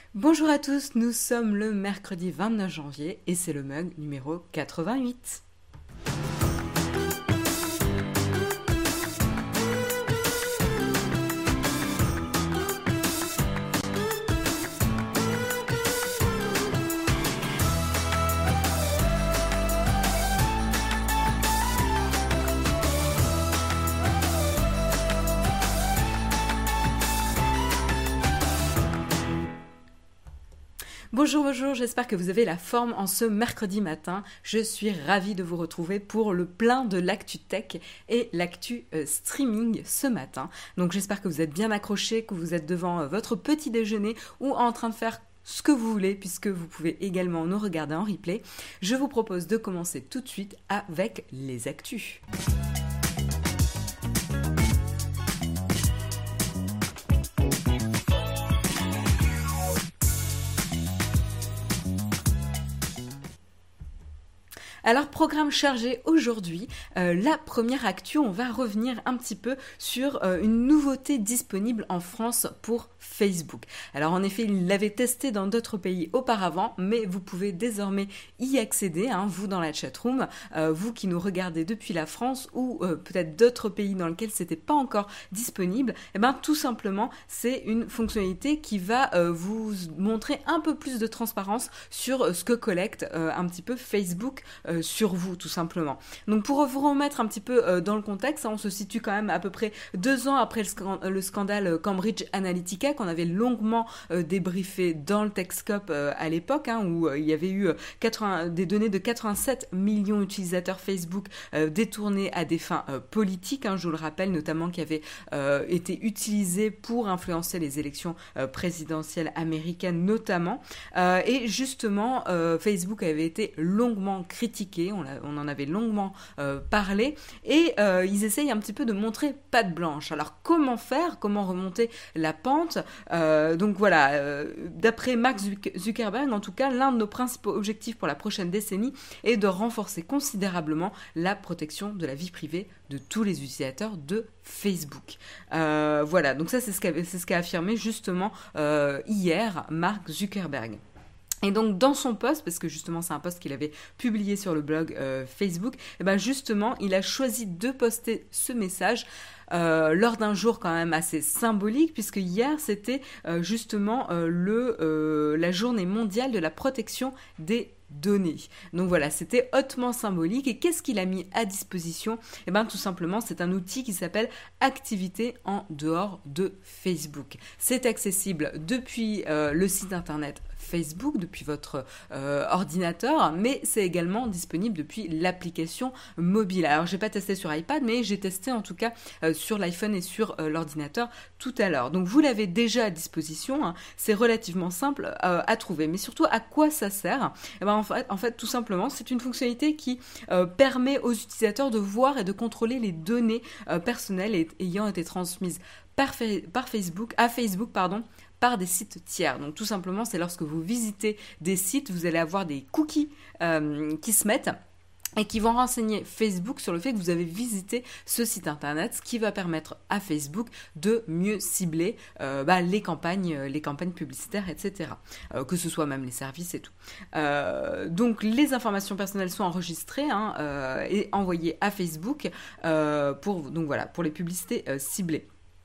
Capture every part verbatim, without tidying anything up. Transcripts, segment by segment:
Bonjour à tous, nous sommes le mercredi vingt-neuf janvier et c'est le mug numéro quatre-vingt-huit. Bonjour, bonjour, j'espère que vous avez la forme en ce mercredi matin. Je suis ravie de vous retrouver pour le plein de l'actu tech et l'actu euh, streaming ce matin. Donc j'espère que vous êtes bien accrochés, que vous êtes devant euh, votre petit déjeuner ou en train de faire ce que vous voulez puisque vous pouvez également nous regarder en replay. Je vous propose de commencer tout de suite avec les actus. Alors, programme chargé aujourd'hui, euh, la première actu, on va revenir un petit peu sur euh, une nouveauté disponible en France pour Facebook. Alors en effet, il l'avait testé dans d'autres pays auparavant, mais vous pouvez désormais y accéder, hein, vous dans la chatroom, euh, vous qui nous regardez depuis la France ou euh, peut-être d'autres pays dans lesquels c'était pas encore disponible, et ben tout simplement c'est une fonctionnalité qui va euh, vous montrer un peu plus de transparence sur euh, ce que collecte euh, un petit peu Facebook euh, sur vous tout simplement. Donc pour vous remettre un petit peu euh, dans le contexte, hein, on se situe quand même à peu près deux ans après le, scan- le scandale Cambridge Analytica qu'on avait longuement euh, débriefé dans le Techscope euh, à l'époque, hein, où euh, il y avait eu euh, quatre-vingts, des données de quatre-vingt-sept millions d'utilisateurs Facebook euh, détournés à des fins euh, politiques, hein, je vous le rappelle, notamment qui avaient euh, été utilisés pour influencer les élections euh, présidentielles américaines notamment. Euh, et justement, euh, Facebook avait été longuement critiqué, on, on en avait longuement euh, parlé, et euh, ils essayent un petit peu de montrer patte blanche. Alors comment faire, comment remonter la pente? Euh, donc voilà, euh, d'après Mark Zuckerberg, en tout cas, l'un de nos principaux objectifs pour la prochaine décennie est de renforcer considérablement la protection de la vie privée de tous les utilisateurs de Facebook. Euh, voilà, donc ça c'est ce qu'a, c'est ce qu'a affirmé justement euh, hier Mark Zuckerberg. Et donc dans son post, parce que justement c'est un post qu'il avait publié sur le blog euh, Facebook, et ben justement il a choisi de poster ce message Euh, lors d'un jour quand même assez symbolique, puisque hier c'était euh, justement euh, le, euh, la journée mondiale de la protection des données. Donc voilà, c'était hautement symbolique. Et qu'est-ce qu'il a mis à disposition? Eh bien tout simplement, c'est un outil qui s'appelle Activité en dehors de Facebook. C'est accessible depuis euh, le site internet Facebook, depuis votre euh, ordinateur, mais c'est également disponible depuis l'application mobile. Alors j'ai pas testé sur iPad, mais j'ai testé en tout cas euh, sur l'iPhone et sur euh, l'ordinateur tout à l'heure. Donc vous l'avez déjà à disposition, hein. C'est relativement simple euh, à trouver, mais surtout à quoi ça sert? Eh ben, en, fait, en fait, tout simplement, c'est une fonctionnalité qui euh, permet aux utilisateurs de voir et de contrôler les données euh, personnelles et, ayant été transmises par, fa- par Facebook, à Facebook, pardon, par des sites tiers. Donc tout simplement, c'est lorsque vous visitez des sites, vous allez avoir des cookies euh, qui se mettent et qui vont renseigner Facebook sur le fait que vous avez visité ce site internet, ce qui va permettre à Facebook de mieux cibler euh, bah, les campagnes, les campagnes publicitaires, et cetera. Euh, que ce soit même les services et tout. Euh, donc les informations personnelles sont enregistrées hein, euh, et envoyées à Facebook euh, pour, donc voilà, pour les publicités euh, ciblées.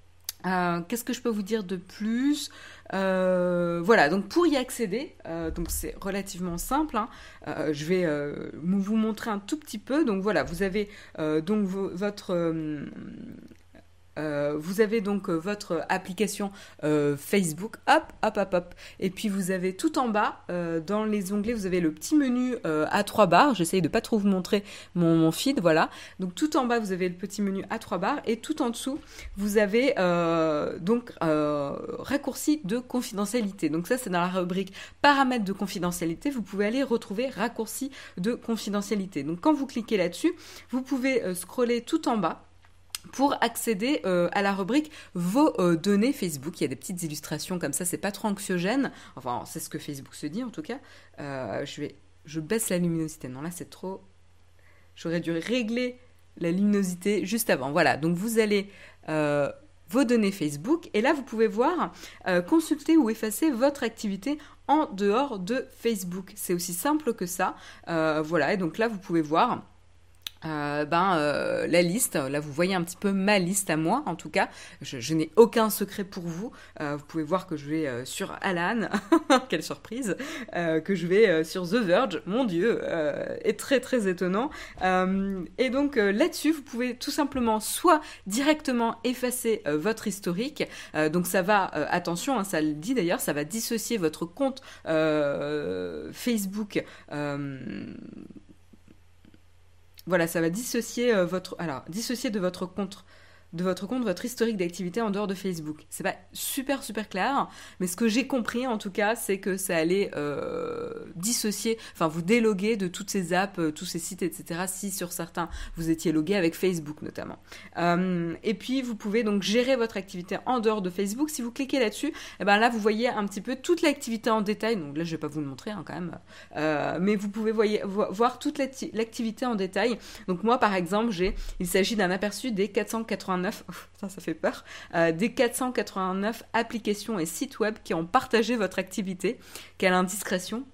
Euh, qu'est-ce que je peux vous dire de plus? Euh, voilà, donc pour y accéder, euh, donc c'est relativement simple, hein, euh, je vais euh, vous montrer un tout petit peu. Donc voilà, vous avez euh, donc vo- votre... Euh, Euh, vous avez donc euh, votre application euh, Facebook, hop, hop, hop, hop, et puis vous avez tout en bas, euh, dans les onglets, vous avez le petit menu euh, à trois barres, j'essaye de pas trop vous montrer mon, mon feed, voilà, donc tout en bas vous avez le petit menu à trois barres, et tout en dessous vous avez euh, donc euh, raccourci de confidentialité, donc ça c'est dans la rubrique paramètres de confidentialité, vous pouvez aller retrouver raccourci de confidentialité, donc quand vous cliquez là-dessus, vous pouvez euh, scroller tout en bas, pour accéder euh, à la rubrique vos euh, données Facebook. Il y a des petites illustrations comme ça, c'est pas trop anxiogène. Enfin, c'est ce que Facebook se dit en tout cas. Euh, je vais, je baisse la luminosité. Non, là c'est trop. J'aurais dû régler la luminosité juste avant. Voilà, donc vous allez euh, vos données Facebook et là vous pouvez voir euh, consulter ou effacer votre activité en dehors de Facebook. C'est aussi simple que ça. Euh, voilà, et donc là vous pouvez voir Euh, ben euh, la liste, là vous voyez un petit peu ma liste à moi en tout cas, je, je n'ai aucun secret pour vous, euh, vous pouvez voir que je vais euh, sur Alan, quelle surprise, euh, que je vais euh, sur The Verge, mon dieu, euh, est très très étonnant, euh, et donc euh, là-dessus vous pouvez tout simplement soit directement effacer euh, votre historique, euh, donc ça va, euh, attention, hein, ça le dit d'ailleurs, ça va dissocier votre compte euh, Facebook, euh, voilà, ça va dissocier euh, votre, alors dissocier de votre compte, de votre compte, votre historique d'activité en dehors de Facebook. C'est pas super super clair, mais ce que j'ai compris en tout cas, c'est que ça allait euh, dissocier, enfin vous déloguer de toutes ces apps, euh, tous ces sites, et cetera. Si sur certains vous étiez logué avec Facebook notamment. Euh, et puis vous pouvez donc gérer votre activité en dehors de Facebook. Si vous cliquez là-dessus, et ben là vous voyez un petit peu toute l'activité en détail. Donc là je vais pas vous le montrer hein, quand même, euh, mais vous pouvez voyez, vo- voir toute l'acti- l'activité en détail. Donc moi par exemple, j'ai, il s'agit d'un aperçu des quatre cent quatre-vingt-neuf, oh, putain, ça fait peur, euh, des quatre cent quatre-vingt-neuf applications et sites web qui ont partagé votre activité. Quelle indiscrétion.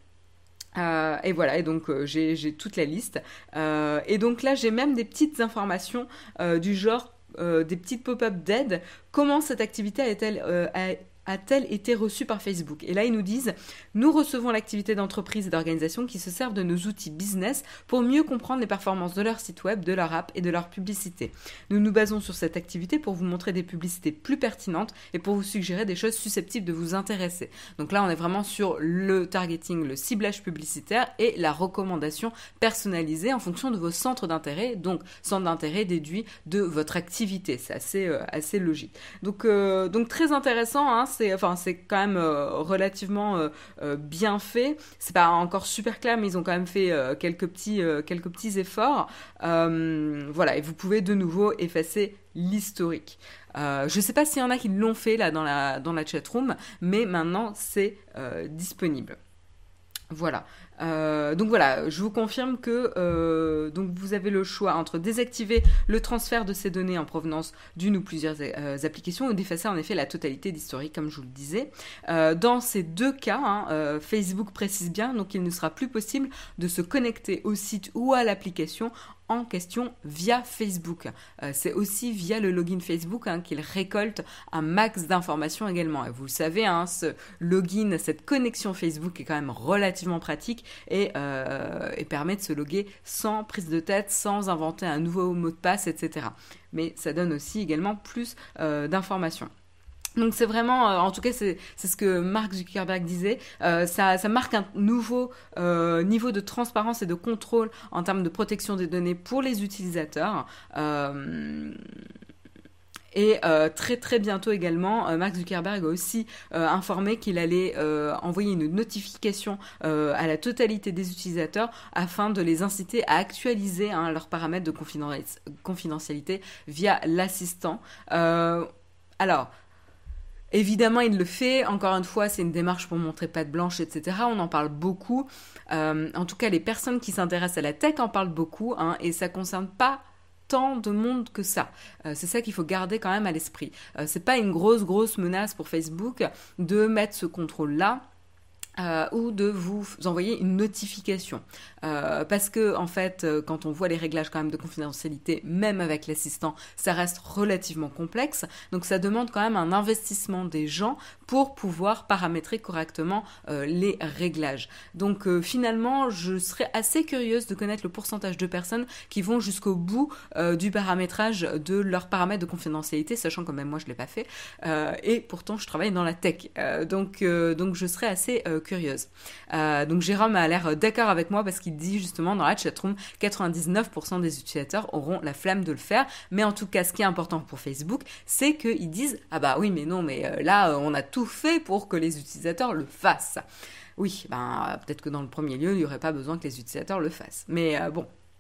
Euh, et voilà, et donc euh, j'ai, j'ai toute la liste. Euh, et donc là, j'ai même des petites informations euh, du genre, euh, des petites pop-up d'aide. Comment cette activité a-t-elle, euh, a, a-t-elle été reçue par Facebook ? Et là, ils nous disent « Nous recevons l'activité d'entreprise et d'organisation qui se servent de nos outils business pour mieux comprendre les performances de leur site web, de leur app et de leur publicité. Nous nous basons sur cette activité pour vous montrer des publicités plus pertinentes et pour vous suggérer des choses susceptibles de vous intéresser. » Donc là, on est vraiment sur le targeting, le ciblage publicitaire et la recommandation personnalisée en fonction de vos centres d'intérêt, donc centre d'intérêt déduit de votre activité. C'est assez, euh, assez logique. Donc, euh, donc très intéressant, hein. C'est, enfin, c'est quand même euh, relativement euh, euh, bien fait. C'est pas encore super clair, mais ils ont quand même fait euh, quelques petits, euh, quelques petits efforts. Euh, voilà, et vous pouvez de nouveau effacer l'historique. Euh, je sais pas s'il y en a qui l'ont fait là dans la dans la chatroom, mais maintenant c'est euh, disponible. Voilà. Euh, donc voilà, je vous confirme que euh, donc vous avez le choix entre désactiver le transfert de ces données en provenance d'une ou plusieurs euh, applications ou d'effacer en effet la totalité d'historique, comme je vous le disais. Euh, dans ces deux cas, hein, euh, Facebook précise bien donc il ne sera plus possible de se connecter au site ou à l'application en question via Facebook. Euh, c'est aussi via le login Facebook hein, qu'il récolte un max d'informations également. Et vous le savez, hein, ce login, cette connexion Facebook est quand même relativement pratique et, euh, et permet de se loguer sans prise de tête, sans inventer un nouveau mot de passe, et cetera. Mais ça donne aussi également plus euh, d'informations. Donc c'est vraiment, euh, en tout cas c'est, c'est ce que Mark Zuckerberg disait, euh, ça, ça marque un nouveau euh, niveau de transparence et de contrôle en termes de protection des données pour les utilisateurs. Euh, Et euh, très très bientôt également, euh, Mark Zuckerberg a aussi euh, informé qu'il allait euh, envoyer une notification euh, à la totalité des utilisateurs afin de les inciter à actualiser hein, leurs paramètres de confidentialité via l'assistant. Euh, alors... Évidemment, il le fait. Encore une fois, c'est une démarche pour montrer patte blanche, et cetera. On en parle beaucoup. Euh, en tout cas, les personnes qui s'intéressent à la tech en parlent beaucoup, hein, et ça concerne pas tant de monde que ça. Euh, c'est ça qu'il faut garder quand même à l'esprit. Euh, c'est pas une grosse, grosse menace pour Facebook de mettre ce contrôle-là. Euh, ou de vous envoyer une notification. Euh, parce que, en fait, euh, quand on voit les réglages quand même de confidentialité, même avec l'assistant, ça reste relativement complexe. Donc, ça demande quand même un investissement des gens pour pouvoir paramétrer correctement euh, les réglages. Donc, euh, finalement, je serais assez curieuse de connaître le pourcentage de personnes qui vont jusqu'au bout euh, du paramétrage de leurs paramètres de confidentialité, sachant que même moi, je l'ai pas fait. Euh, et pourtant, je travaille dans la tech. Euh, donc, euh, donc, je serais assez euh, curieuse. Euh, donc Jérôme a l'air d'accord avec moi parce qu'il dit justement dans la chatroom quatre-vingt-dix-neuf pour cent des utilisateurs auront la flamme de le faire, mais en tout cas ce qui est important pour Facebook c'est qu'ils disent ah bah oui mais non mais euh, là on a tout fait pour que les utilisateurs le fassent. Oui, ben peut-être que dans le premier lieu il n'y aurait pas besoin que les utilisateurs le fassent, mais euh, bon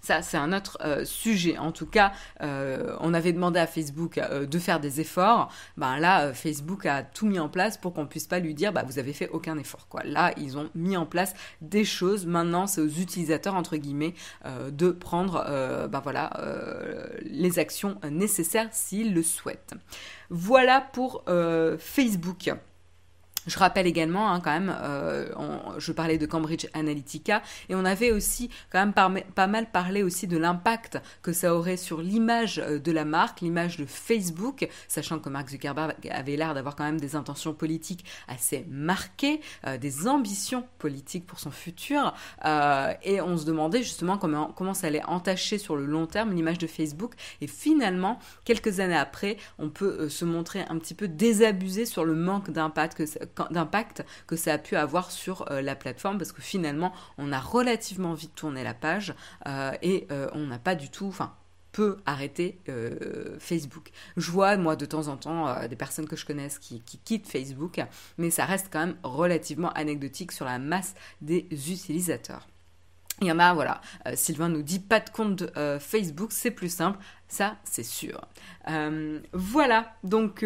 Ça, c'est un autre euh, sujet. En tout cas, euh, on avait demandé à Facebook euh, de faire des efforts. Ben là, euh, Facebook a tout mis en place pour qu'on puisse pas lui dire, bah vous avez fait aucun effort, quoi. Là, ils ont mis en place des choses. Maintenant, c'est aux utilisateurs entre guillemets euh, de prendre, euh, ben voilà, euh, les actions nécessaires s'ils le souhaitent. Voilà pour euh, Facebook. Je rappelle également, hein, quand même, euh, on, je parlais de Cambridge Analytica et on avait aussi quand même par, pas mal parlé aussi de l'impact que ça aurait sur l'image de la marque, l'image de Facebook, sachant que Mark Zuckerberg avait l'air d'avoir quand même des intentions politiques assez marquées, euh, des ambitions politiques pour son futur, euh, et on se demandait justement comment, comment ça allait entacher sur le long terme l'image de Facebook, et finalement, quelques années après, on peut euh, se montrer un petit peu désabusé sur le manque d'impact que ça, d'impact que ça a pu avoir sur euh, la plateforme, parce que finalement on a relativement vite tourné la page euh, et euh, on n'a pas du tout, enfin peut arrêter euh, Facebook. Je vois moi de temps en temps euh, des personnes que je connaisse qui, qui quittent Facebook, mais ça reste quand même relativement anecdotique sur la masse des utilisateurs. Il y en a, voilà, euh, Sylvain nous dit pas de compte de, euh, Facebook, c'est plus simple, ça c'est sûr. Euh, voilà, donc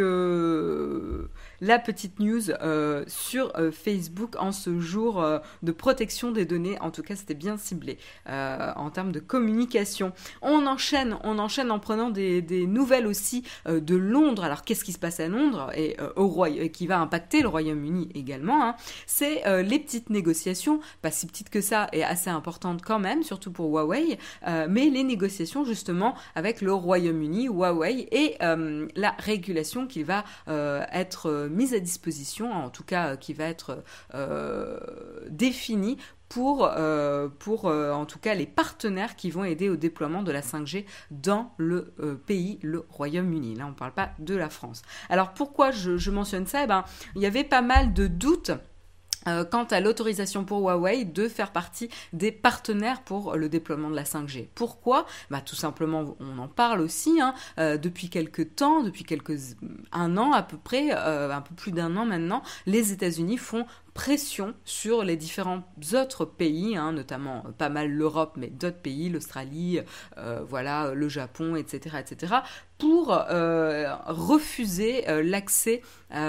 euh, la petite news euh, sur euh, Facebook en ce jour euh, de protection des données. En tout cas, c'était bien ciblé euh, en termes de communication. On enchaîne, on enchaîne en prenant des, des nouvelles aussi euh, de Londres. Alors, qu'est-ce qui se passe à Londres et euh, au Roy- qui va impacter le Royaume-Uni également, hein. C'est euh, les petites négociations, pas si petites que ça et assez importantes quand même, surtout pour Huawei, euh, mais les négociations justement avec le Royaume-Uni, Huawei, et euh, la régulation qui va euh, être mise à disposition, en tout cas euh, qui va être euh, définie pour, euh, pour euh, en tout cas les partenaires qui vont aider au déploiement de la cinq G dans le euh, pays, le Royaume-Uni. Là, on ne parle pas de la France. Alors pourquoi je, je mentionne ça? Eh ben, il y avait pas mal de doutes Euh, quant à l'autorisation pour Huawei de faire partie des partenaires pour le déploiement de la cinq G. Pourquoi? Bah, tout simplement, on en parle aussi, hein, euh, depuis quelques temps, depuis quelques un an à peu près, euh, un peu plus d'un an maintenant, les États-Unis font pression sur les différents autres pays, hein, notamment euh, pas mal l'Europe, mais d'autres pays, l'Australie, euh, voilà, le Japon, et cetera, et cetera, pour euh, refuser euh, l'accès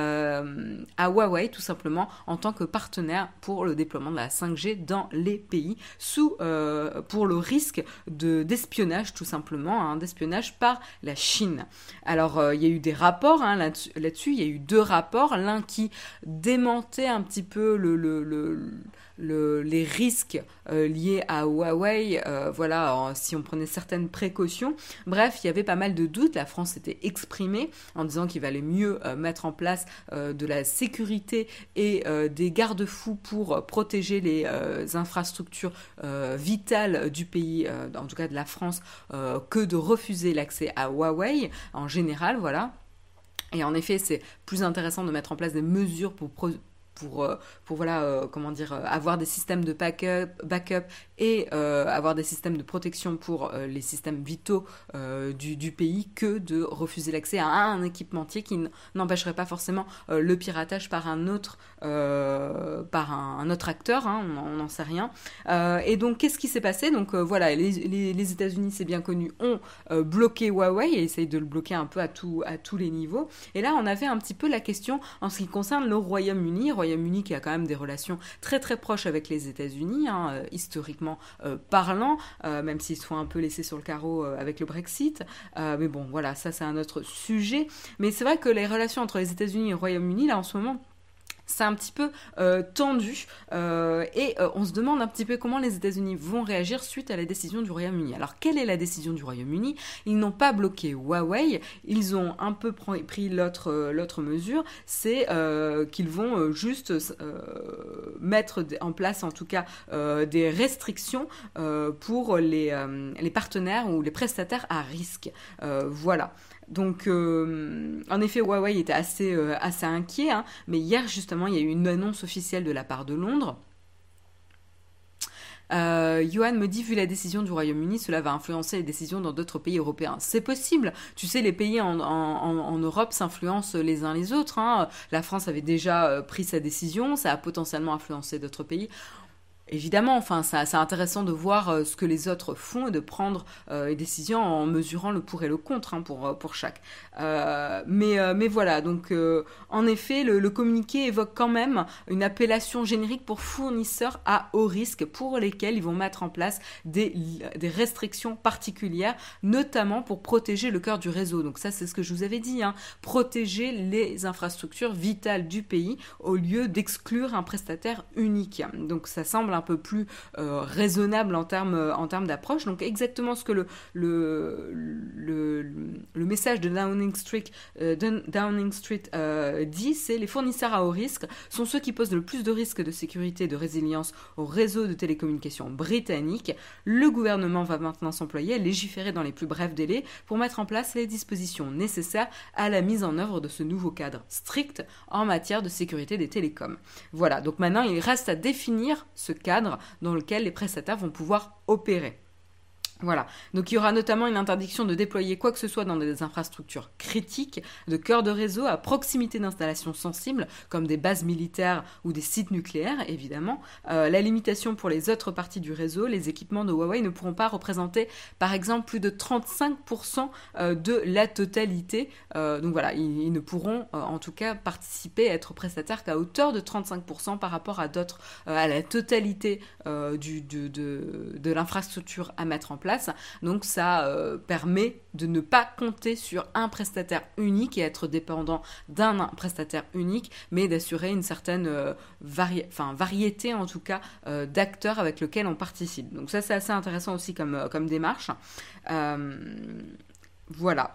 euh, à Huawei, tout simplement, en tant que partenaire pour le déploiement de la cinq G dans les pays, sous, euh, pour le risque de, d'espionnage, tout simplement, hein, d'espionnage par la Chine. Alors, euh, il y a eu des rapports hein, là-dessus, là-dessus, il y a eu deux rapports, l'un qui démentait un petit peu le, le, le, le, les risques euh, liés à Huawei, euh, voilà, en, si on prenait certaines précautions. Bref, il y avait pas mal de doutes. La France s'était exprimée en disant qu'il valait mieux euh, mettre en place euh, de la sécurité et euh, des garde-fous pour euh, protéger les euh, infrastructures euh, vitales du pays, euh, en tout cas de la France, euh, que de refuser l'accès à Huawei en général, voilà. Et en effet, c'est plus intéressant de mettre en place des mesures pour pro- pour, euh, pour voilà, euh, comment dire, euh, avoir des systèmes de backup, backup et euh, avoir des systèmes de protection pour euh, les systèmes vitaux euh, du, du pays que de refuser l'accès à un équipementier qui n'empêcherait pas forcément euh, le piratage par un autre, euh, par un, un autre acteur, hein, on n'en sait rien. Euh, et donc, qu'est-ce qui s'est passé? Donc, euh, voilà, les, les, les États-Unis, c'est bien connu, ont euh, bloqué Huawei et essayent de le bloquer un peu à, tout, à tous les niveaux. Et là, on avait un petit peu la question en ce qui concerne le Royaume-Uni. Royaume-Uni qui a quand même des relations très très proches avec les États-Unis, hein, euh, historiquement euh, parlant, euh, même s'ils se font un peu laisser sur le carreau euh, avec le Brexit. Euh, mais bon, voilà, ça c'est un autre sujet. Mais c'est vrai que les relations entre les États-Unis et le Royaume-Uni, là en ce moment, c'est un petit peu euh, tendu euh, et euh, on se demande un petit peu comment les États-Unis vont réagir suite à la décision du Royaume-Uni. Alors, quelle est la décision du Royaume-Uni? Ils n'ont pas bloqué Huawei, ils ont un peu pris l'autre, euh, l'autre mesure, c'est euh, qu'ils vont euh, juste euh, mettre en place, en tout cas, euh, des restrictions euh, pour les, euh, les partenaires ou les prestataires à risque. Euh, voilà. Donc, euh, en effet, Huawei était assez, euh, assez inquiet, hein, mais hier, justement, il y a eu une annonce officielle de la part de Londres. Euh, Johan me dit, vu la décision du Royaume-Uni, cela va influencer les décisions dans d'autres pays européens. C'est possible. Tu sais, les pays en, en, en Europe s'influencent les uns les autres, hein. La France avait déjà pris sa décision, ça a potentiellement influencé d'autres pays. évidemment, enfin, ça, c'est intéressant de voir euh, ce que les autres font et de prendre euh, des décisions en mesurant le pour et le contre hein, pour, pour chaque. Euh, mais, euh, mais voilà, donc euh, en effet, le, le communiqué évoque quand même une appellation générique pour fournisseurs à haut risque pour lesquels ils vont mettre en place des, des restrictions particulières, notamment pour protéger le cœur du réseau. Donc ça, c'est ce que je vous avais dit, hein, protéger les infrastructures vitales du pays au lieu d'exclure un prestataire unique. Donc ça semble un peu plus euh, raisonnable en termes en termes d'approche. Donc exactement ce que le le, le, le message de Downing Street, euh, Downing Street euh, dit, c'est les fournisseurs à haut risque sont ceux qui posent le plus de risques de sécurité et de résilience au réseau de télécommunications britannique. Le gouvernement va maintenant s'employer à légiférer dans les plus brefs délais pour mettre en place les dispositions nécessaires à la mise en œuvre de ce nouveau cadre strict en matière de sécurité des télécoms. Voilà, donc maintenant il reste à définir ce cadre dans lequel les prestataires vont pouvoir opérer. Voilà, donc il y aura notamment une interdiction de déployer quoi que ce soit dans des infrastructures critiques, de cœur de réseau à proximité d'installations sensibles, comme des bases militaires ou des sites nucléaires, évidemment. Euh, la limitation pour les autres parties du réseau, les équipements de Huawei ne pourront pas représenter, par exemple, plus de trente-cinq pour cent de la totalité. Euh, donc voilà, ils, ils ne pourront euh, en tout cas participer, être prestataires qu'à hauteur de trente-cinq pour cent par rapport à d'autres, euh, à la totalité euh, du, de, de, de l'infrastructure à mettre en place. Donc ça euh, permet de ne pas compter sur un prestataire unique et être dépendant d'un prestataire unique, mais d'assurer une certaine euh, vari- enfin, variété en tout cas euh, d'acteurs avec lesquels on participe. Donc ça c'est assez intéressant aussi comme, euh, comme démarche. Euh, voilà.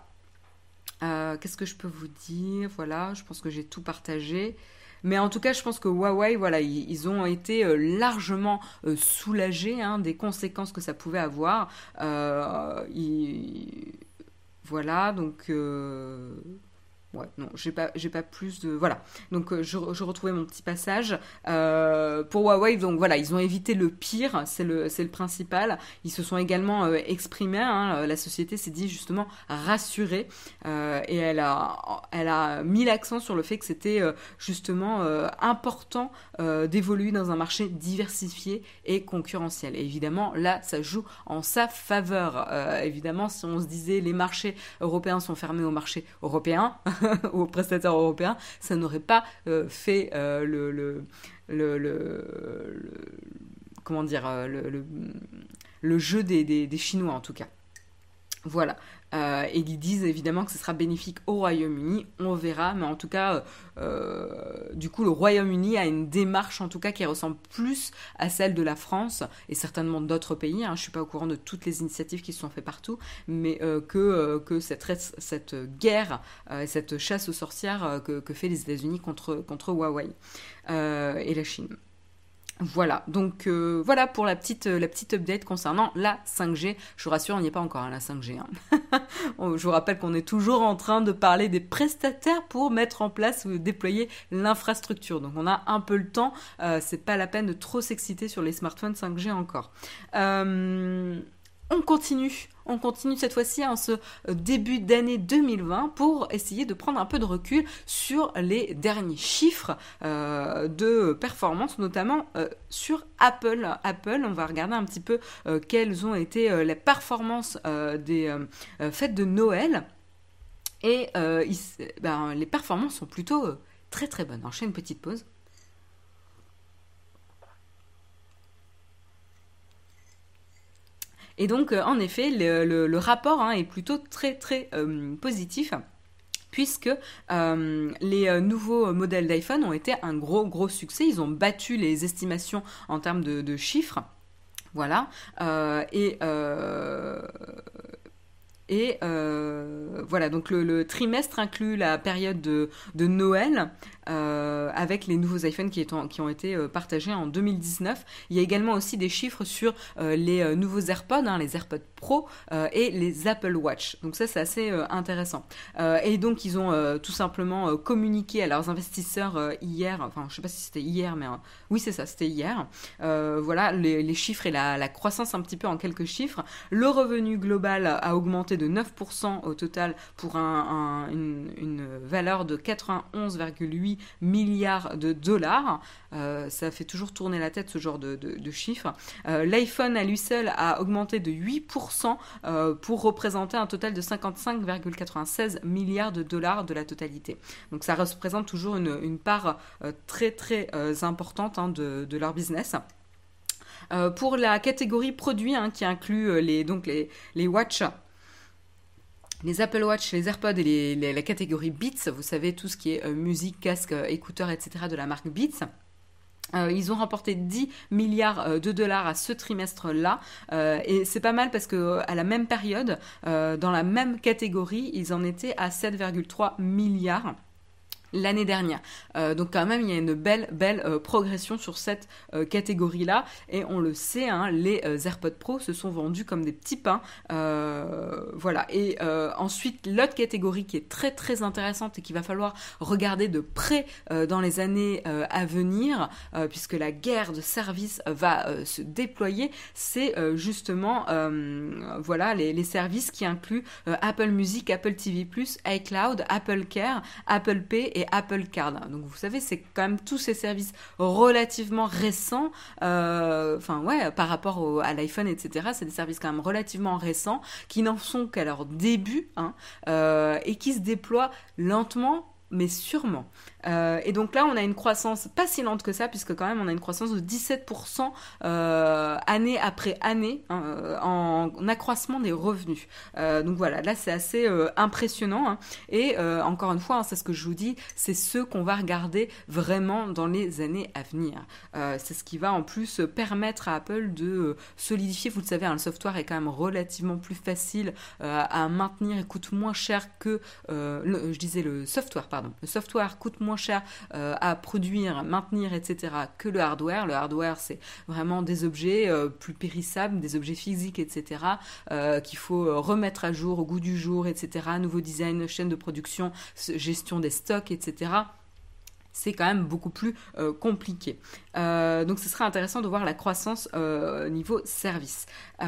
Euh, qu'est-ce que je peux vous dire ? Voilà, je pense que j'ai tout partagé. Mais en tout cas, je pense que Huawei, voilà, ils, ils ont été euh, largement euh, soulagés hein, des conséquences que ça pouvait avoir. Euh, ils... Voilà, donc... Euh... Ouais, non, j'ai pas, j'ai pas plus de... Voilà, donc euh, je, je retrouvais mon petit passage. Euh, pour Huawei, donc voilà, ils ont évité le pire, c'est le, c'est le principal. Ils se sont également euh, exprimés, hein, la société s'est dit justement rassurée, euh, et elle a, elle a mis l'accent sur le fait que c'était euh, justement euh, important euh, d'évoluer dans un marché diversifié et concurrentiel. Et évidemment, là, ça joue en sa faveur. Euh, évidemment, si on se disait les marchés européens sont fermés aux marchés européens, aux prestataires européens, ça n'aurait pas euh, fait euh, le, le, le, le, le comment dire euh, le, le, le jeu des, des, des Chinois en tout cas. Voilà. Euh, et ils disent évidemment que ce sera bénéfique au Royaume-Uni, on verra, mais en tout cas, euh, du coup, le Royaume-Uni a une démarche en tout cas qui ressemble plus à celle de la France et certainement d'autres pays. Hein. Je ne suis pas au courant de toutes les initiatives qui se sont faites partout, mais euh, que, euh, que cette, cette guerre, euh, cette chasse aux sorcières euh, que, que fait les États-Unis contre, contre Huawei euh, et la Chine. Voilà, donc euh, voilà pour la petite, la petite update concernant la cinq G. Je vous rassure, on n'y est pas encore à la cinq G. Hein. Je vous rappelle qu'on est toujours en train de parler des prestataires pour mettre en place ou déployer l'infrastructure. Donc on a un peu le temps, euh, c'est pas la peine de trop s'exciter sur les smartphones cinq G encore. Euh... On continue, on continue cette fois-ci en ce début d'année deux mille vingt pour essayer de prendre un peu de recul sur les derniers chiffres euh, de performance, notamment euh, sur Apple. Apple, on va regarder un petit peu euh, quelles ont été euh, les performances euh, des euh, fêtes de Noël. Et euh, il, ben, les performances sont plutôt euh, très très bonnes. Alors je fais une petite pause. Et donc, euh, en effet, le, le, le rapport hein, est plutôt très, très euh, positif, puisque euh, les euh, nouveaux modèles d'iPhone ont été un gros, gros succès. Ils ont battu les estimations en termes de, de chiffres. Voilà. Euh, et... Euh, Et euh, voilà, donc le, le trimestre inclut la période de, de Noël euh, avec les nouveaux iPhones qui, étant, qui ont été euh, partagés en deux mille dix-neuf. Il y a également aussi des chiffres sur euh, les euh, nouveaux AirPods, hein, les AirPods Pro euh, et les Apple Watch. Donc ça, c'est assez euh, intéressant. Euh, et donc, ils ont euh, tout simplement euh, communiqué à leurs investisseurs euh, hier, enfin, je ne sais pas si c'était hier, mais euh, oui, c'est ça, c'était hier. Euh, voilà, les, les chiffres et la, la croissance un petit peu en quelques chiffres. Le revenu global a augmenté de neuf pour cent au total pour un, un, une, une valeur de quatre-vingt-onze virgule huit huit milliards de dollars. Euh, ça fait toujours tourner la tête ce genre de, de, de chiffres. Euh, L'iPhone à lui seul a augmenté de huit pour cent euh, pour représenter un total de cinquante-cinq virgule quatre-vingt-seize milliards de dollars de la totalité. Donc ça représente toujours une, une part euh, très très euh, importante hein, de, de leur business. Euh, pour la catégorie produits hein, qui inclut euh, les, donc les, les watch, les Apple Watch, les AirPods et les, les, la catégorie Beats, vous savez tout ce qui est euh, musique, casque, euh, écouteurs, et cetera de la marque Beats. Euh, ils ont remporté dix milliards de dollars à ce trimestre-là euh, et c'est pas mal parce que à la même période, euh, dans la même catégorie, ils en étaient à sept virgule trois milliards. L'année dernière. Euh, donc quand même, il y a une belle, belle euh, progression sur cette euh, catégorie-là. Et on le sait, hein, les euh, AirPods Pro se sont vendus comme des petits pains. Euh, voilà. Et euh, ensuite, l'autre catégorie qui est très, très intéressante et qu'il va falloir regarder de près euh, dans les années euh, à venir, euh, puisque la guerre de services va euh, se déployer, c'est euh, justement euh, voilà, les, les services qui incluent euh, Apple Music, Apple T V plus, iCloud, Apple Care, Apple Pay et Apple Card. Donc vous savez, c'est quand même tous ces services relativement récents, euh, enfin ouais, par rapport au, à l'iPhone, et cetera. C'est des services quand même relativement récents qui n'en sont qu'à leur début hein, euh, et qui se déploient lentement mais sûrement. Euh, et donc là, on a une croissance pas si lente que ça, puisque quand même, on a une croissance de dix-sept pour cent euh, année après année hein, en, en accroissement des revenus. Euh, donc voilà, là, c'est assez euh, impressionnant. Hein. Et euh, encore une fois, hein, c'est ce que je vous dis, c'est ce qu'on va regarder vraiment dans les années à venir. Euh, c'est ce qui va en plus permettre à Apple de euh, solidifier. Vous le savez, hein, le software est quand même relativement plus facile euh, à maintenir et coûte moins cher que, euh, le, je disais le software, pardon. Le software coûte moins cher euh, à produire, maintenir, et cetera que le hardware. Le hardware, c'est vraiment des objets euh, plus périssables, des objets physiques, et cetera euh, qu'il faut remettre à jour au goût du jour, et cetera. Nouveau design, chaîne de production, gestion des stocks, et cetera. C'est quand même beaucoup plus euh, compliqué. Euh, donc ce serait intéressant de voir la croissance euh, niveau service.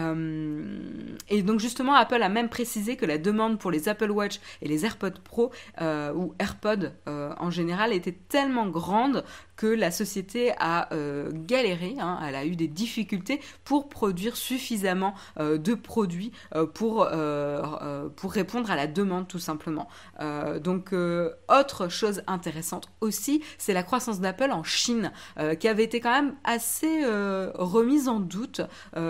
Euh, et donc justement, Apple a même précisé que la demande pour les Apple Watch et les AirPods Pro, euh, ou AirPods euh, en général, était tellement grande que la société a euh, galéré, hein, elle a eu des difficultés pour produire suffisamment euh, de produits euh, pour, euh, euh, pour répondre à la demande tout simplement. Euh, donc euh, autre chose intéressante aussi, c'est la croissance d'Apple en Chine, euh, qui avait été quand même assez euh, remise en doute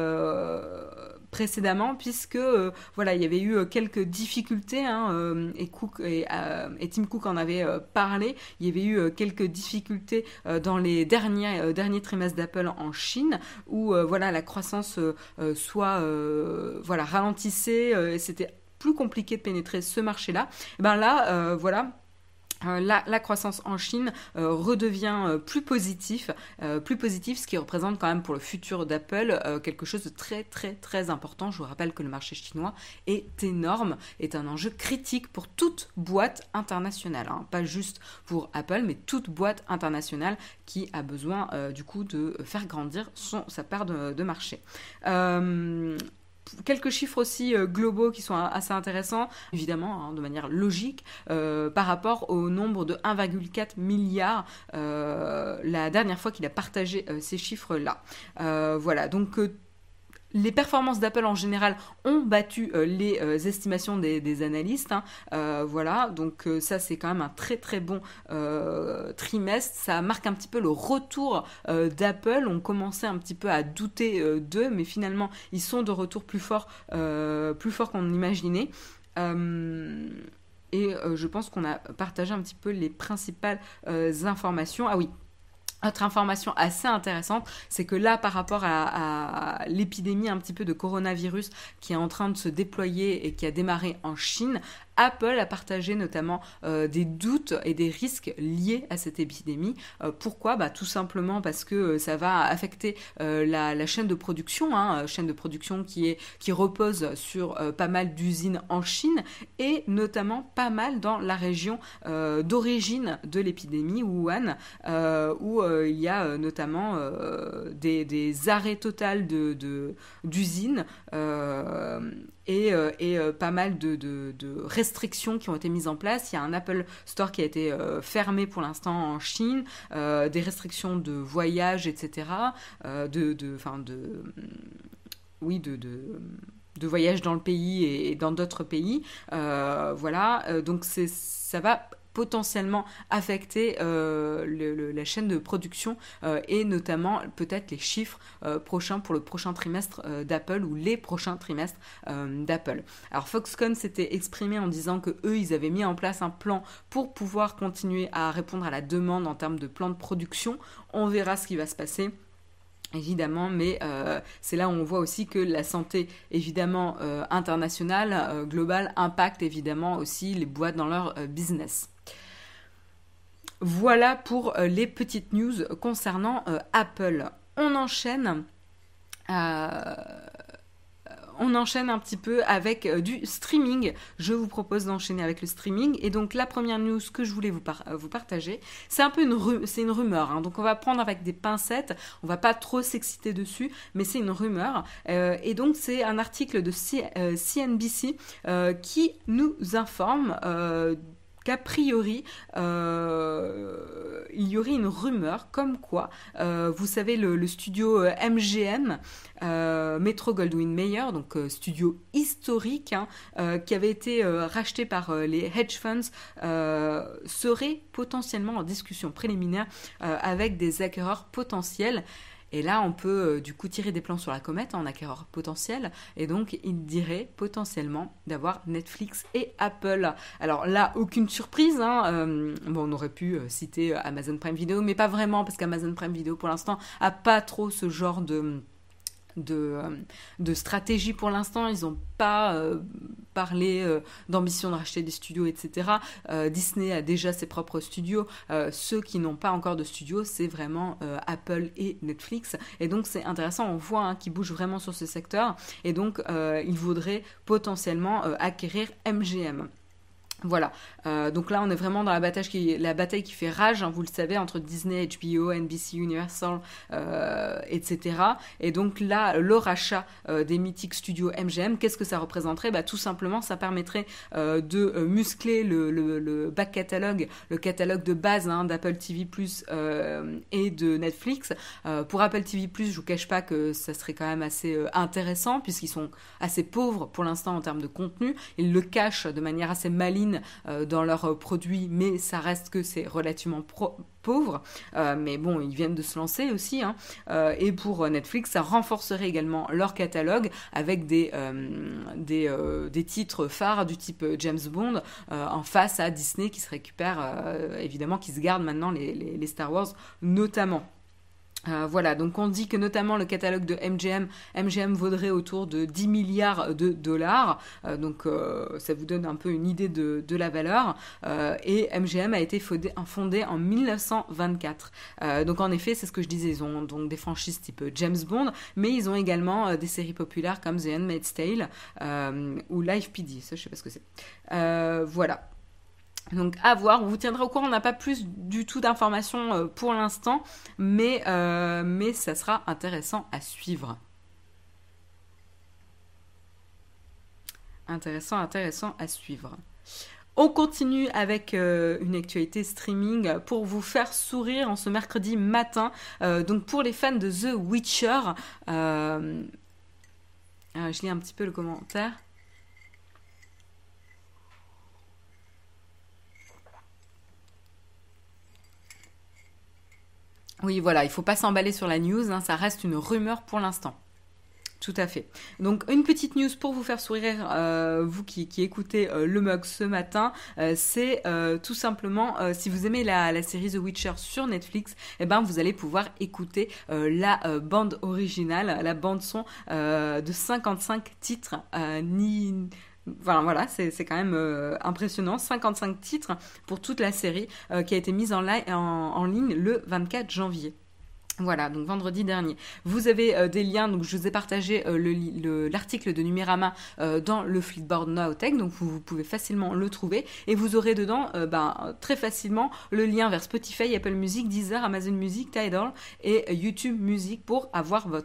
euh, précédemment, puisque euh, voilà, il y avait eu quelques difficultés, hein, euh, et, Cook, et, euh, et Tim Cook en avait euh, parlé, il y avait eu euh, quelques difficultés euh, dans les derniers, euh, derniers trimestres d'Apple en Chine, où euh, voilà, la croissance euh, euh, soit euh, voilà, ralentissait, euh, et c'était plus compliqué de pénétrer ce marché-là. Et ben là, euh, voilà, Euh, la, la croissance en Chine euh, redevient euh, plus positif, euh, plus positif, ce qui représente quand même pour le futur d'Apple euh, quelque chose de très très très important. Je vous rappelle que le marché chinois est énorme, est un enjeu critique pour toute boîte internationale, hein. Pas juste pour Apple, mais toute boîte internationale qui a besoin euh, du coup de faire grandir son, sa part de, de marché. Euh, Quelques chiffres aussi euh, globaux qui sont assez intéressants, évidemment, hein, de manière logique, euh, par rapport au nombre de un virgule quatre milliard euh, la dernière fois qu'il a partagé euh, ces chiffres-là. Euh, voilà, donc euh, les performances d'Apple en général ont battu euh, les euh, estimations des, des analystes. Hein. Euh, voilà, donc euh, ça c'est quand même un très très bon euh, trimestre. Ça marque un petit peu le retour euh, d'Apple. On commençait un petit peu à douter euh, d'eux, mais finalement ils sont de retour plus forts, euh, plus forts qu'on imaginait. Euh, et euh, je pense qu'on a partagé un petit peu les principales euh, informations. Ah oui. Autre information assez intéressante, c'est que là, par rapport à, à l'épidémie un petit peu de coronavirus qui est en train de se déployer et qui a démarré en Chine, Apple a partagé notamment euh, des doutes et des risques liés à cette épidémie. Euh, pourquoi ? Bah, tout simplement parce que euh, ça va affecter euh, la, la chaîne de production, hein, chaîne de production qui, est, qui repose sur euh, pas mal d'usines en Chine et notamment pas mal dans la région euh, d'origine de l'épidémie, Wuhan, euh, où euh, il y a euh, notamment euh, des, des arrêts totaux de, de, d'usines. Euh, et, euh, et euh, pas mal de, de, de restrictions qui ont été mises en place. Il y a un Apple Store qui a été euh, fermé pour l'instant en Chine, euh, des restrictions de voyage, et cetera. Euh, de, de, enfin de, oui, de, de de voyage dans le pays et dans d'autres pays. Euh, voilà, euh, donc c'est, ça va potentiellement affecter euh, le, le, la chaîne de production euh, et notamment peut-être les chiffres euh, prochains pour le prochain trimestre euh, d'Apple ou les prochains trimestres euh, d'Apple. Alors Foxconn s'était exprimé en disant que eux ils avaient mis en place un plan pour pouvoir continuer à répondre à la demande en termes de plan de production. On verra ce qui va se passer. Évidemment, mais euh, c'est là où on voit aussi que la santé, évidemment, euh, internationale, euh, globale, impacte évidemment aussi les boîtes dans leur euh, business. Voilà pour euh, les petites news concernant euh, Apple. On enchaîne... Euh, On enchaîne un petit peu avec euh, du streaming. Je vous propose d'enchaîner avec le streaming. Et donc, la première news que je voulais vous, par- euh, vous partager, c'est un peu une, ru- c'est une rumeur. Hein. Donc, on va prendre avec des pincettes. On va pas trop s'exciter dessus, mais c'est une rumeur. Euh, et donc, c'est un article de C- euh, C N B C euh, qui nous informe euh, qu'a priori, euh, il y aurait une rumeur comme quoi, euh, vous savez, le, le studio M G M, euh, Metro-Goldwyn-Mayer, donc euh, studio historique, hein, euh, qui avait été euh, racheté par euh, les hedge funds, euh, serait potentiellement en discussion préliminaire euh, avec des acquéreurs potentiels. Et là, on peut euh, du coup tirer des plans sur la comète en acquéreur potentiel. Et donc, il dirait potentiellement d'avoir Netflix et Apple. Alors là, aucune surprise. Hein, euh, bon, on aurait pu euh, citer Amazon Prime Video, mais pas vraiment, parce qu'Amazon Prime Video, pour l'instant, a pas trop ce genre de... De, de stratégie pour l'instant, ils n'ont pas euh, parlé euh, d'ambition de racheter des studios, et cetera. Euh, Disney a déjà ses propres studios. Euh, ceux qui n'ont pas encore de studios, c'est vraiment euh, Apple et Netflix. Et donc c'est intéressant, on voit hein, qu'ils bougent vraiment sur ce secteur. Et donc euh, ils voudraient potentiellement euh, acquérir M G M. Voilà, euh, donc là on est vraiment dans la bataille qui, la bataille qui fait rage, hein, vous le savez, entre Disney, H B O, N B C, Universal, euh, et cetera. Et donc là, le rachat euh, des mythiques studios M G M, qu'est-ce que ça représenterait ? Bah, tout simplement, ça permettrait euh, de euh, muscler le, le, le back catalogue, le catalogue de base hein, d'Apple T V plus, euh, et de Netflix. Euh, pour Apple T V plus, je vous cache pas que ça serait quand même assez euh, intéressant, puisqu'ils sont assez pauvres pour l'instant en termes de contenu. Ils le cachent de manière assez maligne dans leurs produits, mais ça reste que c'est relativement pro- pauvre. Euh, mais bon, ils viennent de se lancer aussi. Hein. Euh, et pour Netflix, ça renforcerait également leur catalogue avec des, euh, des, euh, des titres phares du type James Bond euh, en face à Disney qui se récupère, euh, évidemment, qui se garde maintenant les, les, les Star Wars notamment. Euh, voilà, donc on dit que notamment le catalogue de M G M, M G M vaudrait autour de dix milliards de dollars, euh, donc euh, ça vous donne un peu une idée de, de la valeur, euh, et M G M a été fondé, fondé en dix-neuf cent vingt-quatre. Euh, donc en effet, c'est ce que je disais, ils ont donc des franchises type James Bond, mais ils ont également euh, des séries populaires comme The Handmaid's Tale euh, ou Life P D, ça je sais pas ce que c'est. Euh, voilà. Donc à voir, on vous tiendra au courant, on n'a pas plus du tout d'informations euh, pour l'instant, mais, euh, mais ça sera intéressant à suivre. Intéressant, intéressant à suivre. On continue avec euh, une actualité streaming pour vous faire sourire en ce mercredi matin. Euh, donc pour les fans de The Witcher, euh, euh, je lis un petit peu le commentaire. Oui, voilà, il ne faut pas s'emballer sur la news, hein, ça reste une rumeur pour l'instant. Tout à fait. Donc une petite news pour vous faire sourire, euh, vous qui, qui écoutez euh, le mug ce matin, euh, c'est euh, tout simplement, euh, si vous aimez la, la série The Witcher sur Netflix, eh ben, vous allez pouvoir écouter euh, la euh, bande originale, la bande son euh, de cinquante-cinq titres, euh, ni... Voilà, voilà, c'est, c'est quand même euh, impressionnant. cinquante-cinq titres pour toute la série euh, qui a été mise en, li- en, en ligne le vingt-quatre janvier. Voilà, donc vendredi dernier. Vous avez euh, des liens, donc je vous ai partagé euh, le, le, l'article de Numérama euh, dans le Flipboard Nowtech, donc vous, vous pouvez facilement le trouver et vous aurez dedans euh, ben, très facilement le lien vers Spotify, Apple Music, Deezer, Amazon Music, Tidal et euh, YouTube Music pour avoir votre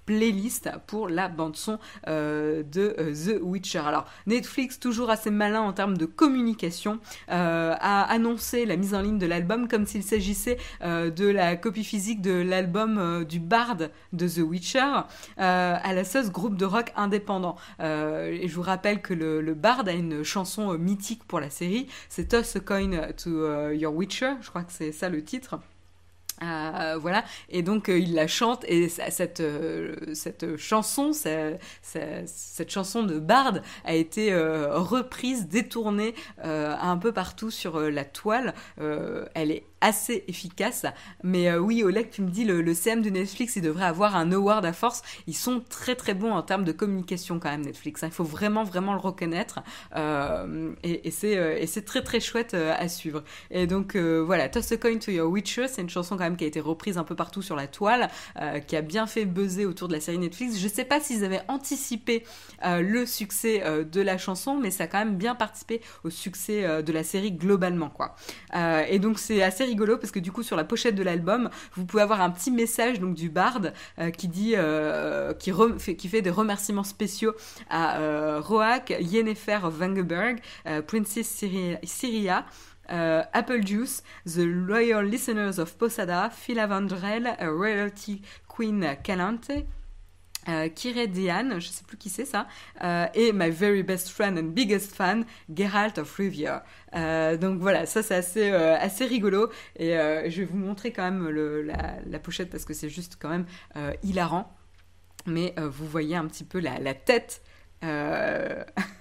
playlist pour la bande-son euh, de euh, The Witcher. Alors, Netflix, toujours assez malin en termes de communication, euh, a annoncé la mise en ligne de l'album comme s'il s'agissait euh, de la copie physique de l'album euh, du Bard de The Witcher, euh, à la sauce groupe de rock indépendant. Euh, et je vous rappelle que le, le Bard a une chanson euh, mythique pour la série, c'est Toss a Coin to uh, Your Witcher, je crois que c'est ça le titre. Euh, voilà, et donc euh, il la chante, et cette, euh, cette chanson cette, cette chanson de Bard a été euh, reprise, détournée euh, un peu partout sur euh, la toile. Euh, elle est assez efficace, mais euh, oui, Oleg, tu me dis le, le C M de Netflix, il devrait avoir un award à force. Ils sont très très bons en termes de communication quand même, Netflix, hein. Il faut vraiment vraiment le reconnaître, euh, et, et, c'est, euh, et c'est très très chouette euh, à suivre. Et donc euh, voilà, Toss a Coin to Your Witcher, c'est une chanson quand même qui a été reprise un peu partout sur la toile, euh, qui a bien fait buzzer autour de la série Netflix. Je sais pas s'ils avaient anticipé euh, le succès euh, de la chanson, mais ça a quand même bien participé au succès euh, de la série globalement, quoi. Euh, et donc c'est assez rigolo parce que du coup sur la pochette de l'album vous pouvez avoir un petit message donc du Bard euh, qui dit euh, qui, re, fait, qui fait des remerciements spéciaux à euh, Roach, Yennefer of Vangeberg, euh, Princess Syria, Syria euh, Apple Juice, The Loyal Listeners of Posada, Phila Vandrel, uh, Royalty Queen Calante, Euh, Kire Diane, je sais plus qui c'est ça, euh, et My Very Best Friend and Biggest Fan, Geralt of Rivia. Euh, donc voilà, ça c'est assez, euh, assez rigolo, et euh, je vais vous montrer quand même le, la, la pochette parce que c'est juste quand même euh, hilarant, mais euh, vous voyez un petit peu la, la tête... Euh...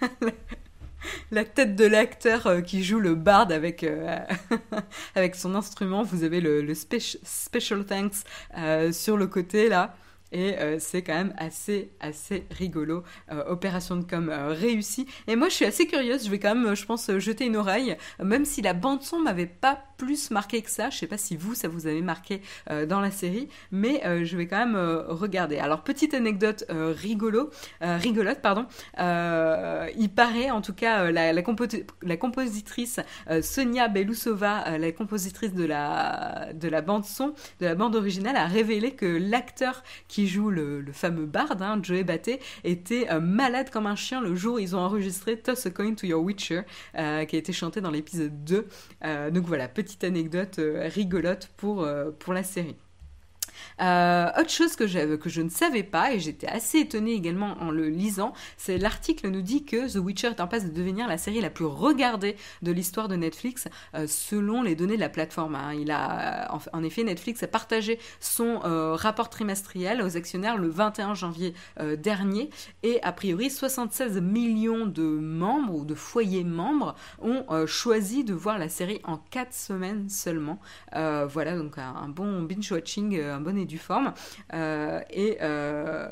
La tête de l'acteur euh, qui joue le Bard avec, euh, avec son instrument. Vous avez le, le speci- Special Thanks euh, sur le côté là. Et euh, c'est quand même assez, assez rigolo. Euh, opération de com euh, réussie. Et moi, je suis assez curieuse. Je vais quand même, je pense, jeter une oreille. Même si la bande-son m'avait pas plus marqué que ça. Je sais pas si vous, ça vous avait marqué euh, dans la série. Mais euh, je vais quand même euh, regarder. Alors, petite anecdote euh, rigolo, euh, rigolote, pardon. Euh, il paraît, en tout cas, euh, la, la, compo- la compositrice euh, Sonia Belousova, euh, la compositrice de la, de la bande-son, de la bande originale, a révélé que l'acteur qui joue le, le fameux Bard, hein, Joey Batey, était euh, malade comme un chien le jour où ils ont enregistré Toss a Coin to Your Witcher, euh, qui a été chanté dans l'épisode deux. Euh, donc voilà, petite anecdote euh, rigolote pour, euh, pour la série. Euh, autre chose que, que je ne savais pas, et j'étais assez étonnée également en le lisant, c'est l'article nous dit que The Witcher est en passe de devenir la série la plus regardée de l'histoire de Netflix, euh, selon les données de la plateforme, hein. Il a, en, en effet, Netflix a partagé son euh, rapport trimestriel aux actionnaires le vingt et un janvier euh, dernier, et a priori soixante-seize millions de membres ou de foyers membres ont euh, choisi de voir la série en quatre semaines seulement. Euh, voilà, donc un, un bon binge-watching, un bon et due forme. Euh, et euh,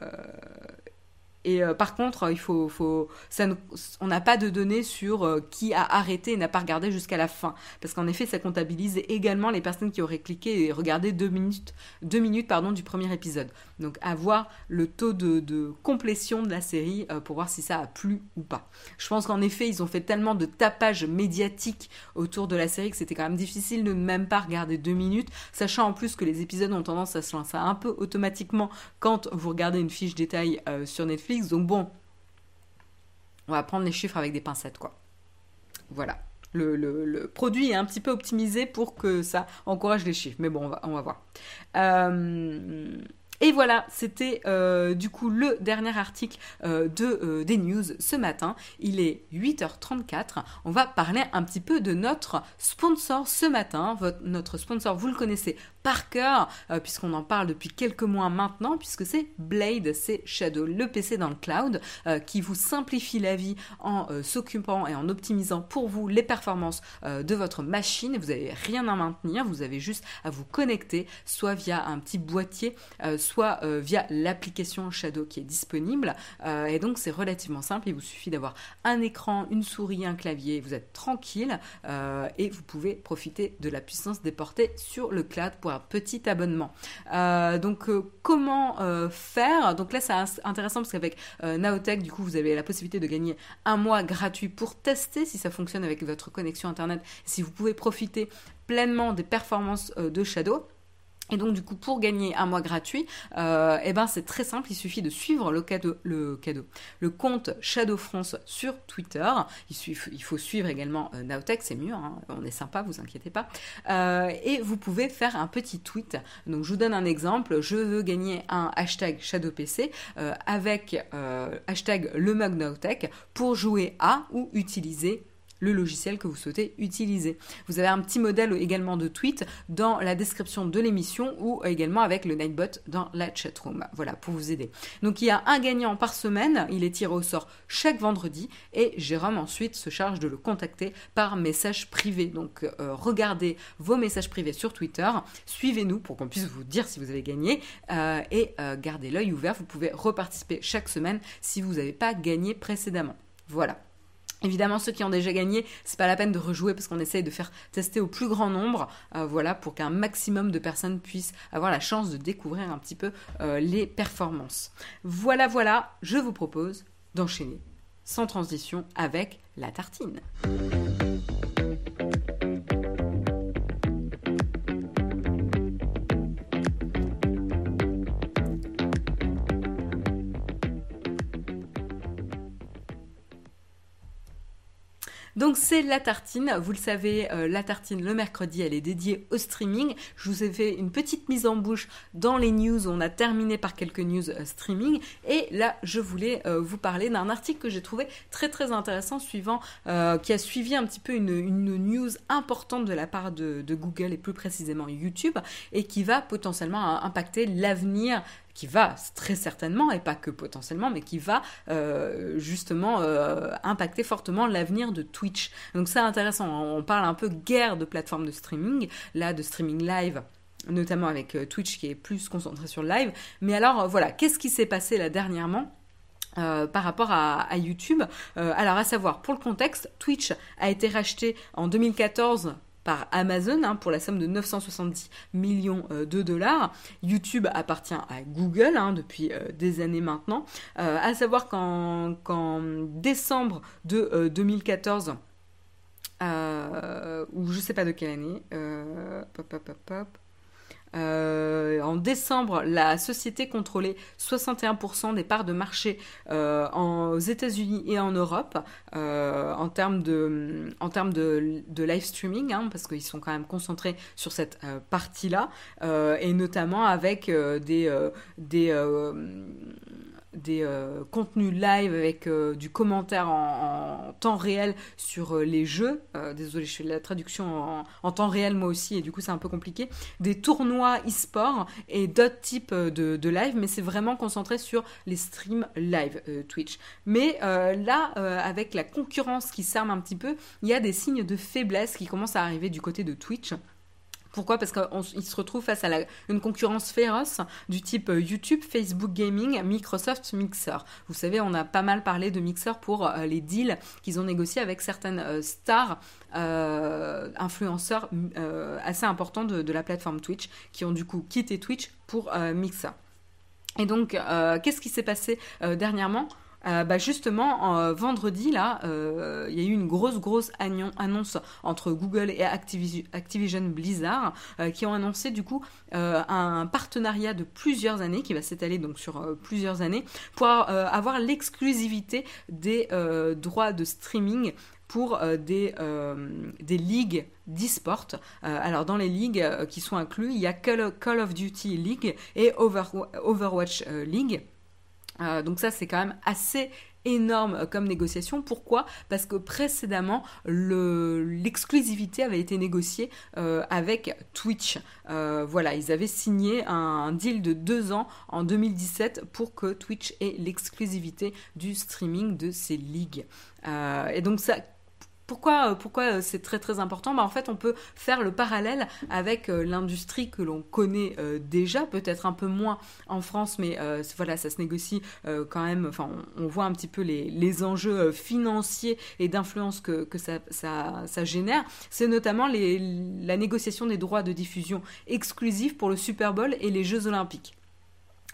Et euh, par contre, il faut, faut, ça ne, on n'a pas de données sur euh, qui a arrêté et n'a pas regardé jusqu'à la fin. Parce qu'en effet, ça comptabilise également les personnes qui auraient cliqué et regardé deux minutes, deux minutes pardon, du premier épisode. Donc, à voir le taux de, de complétion de la série euh, pour voir si ça a plu ou pas. Je pense qu'en effet, ils ont fait tellement de tapage médiatique autour de la série que c'était quand même difficile de ne même pas regarder deux minutes, sachant en plus que les épisodes ont tendance à se lancer un peu automatiquement quand vous regardez une fiche détail euh, sur Netflix. Donc bon, on va prendre les chiffres avec des pincettes, quoi. Voilà. Le, le, le produit est un petit peu optimisé pour que ça encourage les chiffres. Mais bon, on va, on va voir. Euh... Et voilà, c'était euh, du coup le dernier article euh, de, euh, des news ce matin. Il est huit heures trente-quatre. On va parler un petit peu de notre sponsor ce matin. Votre, notre sponsor, vous le connaissez par cœur, euh, puisqu'on en parle depuis quelques mois maintenant, puisque c'est Blade, c'est Shadow, le P C dans le cloud, euh, qui vous simplifie la vie en euh, s'occupant et en optimisant pour vous les performances euh, de votre machine. Vous n'avez rien à maintenir, vous avez juste à vous connecter, soit via un petit boîtier, euh, soit euh, via l'application Shadow qui est disponible. Euh, et donc c'est relativement simple, il vous suffit d'avoir un écran, une souris, un clavier, vous êtes tranquille euh, et vous pouvez profiter de la puissance déportée sur le cloud pour un petit abonnement. Euh, donc euh, comment euh, faire? Donc là c'est intéressant parce qu'avec euh, Naotech, du coup vous avez la possibilité de gagner un mois gratuit pour tester si ça fonctionne avec votre connexion internet, si vous pouvez profiter pleinement des performances euh, de Shadow. Et donc du coup, pour gagner un mois gratuit, euh, eh ben c'est très simple, il suffit de suivre le cadeau, le cadeau, le compte Shadow France sur Twitter. Il, suit, il faut suivre également euh, Nowtech, c'est mieux, hein, on est sympa, vous inquiétez pas. Euh, et vous pouvez faire un petit tweet. Donc je vous donne un exemple, je veux gagner un hashtag ShadowPC euh, avec euh, hashtag le mug Nowtech pour jouer à ou utiliser le logiciel que vous souhaitez utiliser. Vous avez un petit modèle également de tweet dans la description de l'émission ou également avec le Nightbot dans la chatroom. Voilà, pour vous aider. Donc il y a un gagnant par semaine, il est tiré au sort chaque vendredi et Jérôme ensuite se charge de le contacter par message privé. Donc euh, regardez vos messages privés sur Twitter, suivez-nous pour qu'on puisse vous dire si vous avez gagné euh, et euh, gardez l'œil ouvert. Vous pouvez reparticiper chaque semaine si vous n'avez pas gagné précédemment. Voilà. Évidemment, ceux qui ont déjà gagné, c'est pas la peine de rejouer parce qu'on essaye de faire tester au plus grand nombre, euh, voilà, pour qu'un maximum de personnes puissent avoir la chance de découvrir un petit peu euh, les performances. Voilà, voilà, je vous propose d'enchaîner sans transition avec la tartine. Donc c'est la tartine, vous le savez, euh, la tartine le mercredi, elle est dédiée au streaming. Je vous ai fait une petite mise en bouche dans les news, on a terminé par quelques news euh, streaming. Et là, je voulais euh, vous parler d'un article que j'ai trouvé très très intéressant, suivant, euh, qui a suivi un petit peu une, une news importante de la part de, de Google et plus précisément YouTube, et qui va potentiellement impacter l'avenir, qui va très certainement, et pas que potentiellement, mais qui va euh, justement euh, impacter fortement l'avenir de Twitch. Donc c'est intéressant, on parle un peu guerre de plateformes de streaming, là de streaming live, notamment avec euh, Twitch qui est plus concentré sur le live. Mais alors euh, voilà, qu'est-ce qui s'est passé là dernièrement ? Euh, par rapport à, à YouTube. Euh, alors à savoir, pour le contexte, Twitch a été racheté en deux mille quatorze par Amazon hein, pour la somme de neuf cent soixante-dix millions euh, de dollars. YouTube appartient à Google hein, depuis euh, des années maintenant. Euh, à savoir qu'en, qu'en décembre de euh, deux mille quatorze, euh, ou je sais pas de quelle année, euh, pop, pop, pop, pop, Euh, en décembre, la société contrôlait soixante et un pour cent des parts de marché euh, en, aux États-Unis et en Europe euh, en termes de, en termes de, de live streaming, hein, parce qu'ils sont quand même concentrés sur cette euh, partie-là, euh, et notamment avec euh, des, euh, des euh, des euh, contenus live avec euh, du commentaire en, en temps réel sur euh, les jeux. Euh, désolé, je fais de la traduction en, en temps réel moi aussi et du coup c'est un peu compliqué. Des tournois e-sport et d'autres types de, de live, mais c'est vraiment concentré sur les streams live euh, Twitch. Mais euh, là, euh, avec la concurrence qui s'arme un petit peu, il y a des signes de faiblesse qui commencent à arriver du côté de Twitch. Pourquoi ? Parce qu'ils se retrouvent face à la, une concurrence féroce du type YouTube, Facebook Gaming, Microsoft Mixer. Vous savez, on a pas mal parlé de Mixer pour euh, les deals qu'ils ont négociés avec certaines euh, stars, euh, influenceurs euh, assez importants de, de la plateforme Twitch, qui ont du coup quitté Twitch pour euh, Mixer. Et donc, euh, qu'est-ce qui s'est passé euh, dernièrement ? Euh, bah justement, euh, vendredi, là, euh, il y a eu une grosse, grosse annonce entre Google et Activision, Activision Blizzard euh, qui ont annoncé du coup euh, un partenariat de plusieurs années qui va s'étaler donc sur euh, plusieurs années pour euh, avoir l'exclusivité des euh, droits de streaming pour euh, des, euh, des ligues d'e-sport. Euh, alors dans les ligues euh, qui sont inclus, il y a Call, Call of Duty League et Over, Overwatch euh, League. Euh, donc ça c'est quand même assez énorme comme négociation. Pourquoi ? Parce que précédemment le, l'exclusivité avait été négociée euh, avec Twitch. Euh, voilà, ils avaient signé un, un deal de deux ans en deux mille dix-sept pour que Twitch ait l'exclusivité du streaming de ces ligues. Euh, et donc ça... Pourquoi, pourquoi c'est très très important ? Bah en fait, on peut faire le parallèle avec euh, l'industrie que l'on connaît euh, déjà, peut-être un peu moins en France, mais euh, voilà, ça se négocie euh, quand même. Enfin, on, on voit un petit peu les, les enjeux financiers et d'influence que, que ça, ça, ça génère. C'est notamment les, la négociation des droits de diffusion exclusifs pour le Super Bowl et les Jeux Olympiques.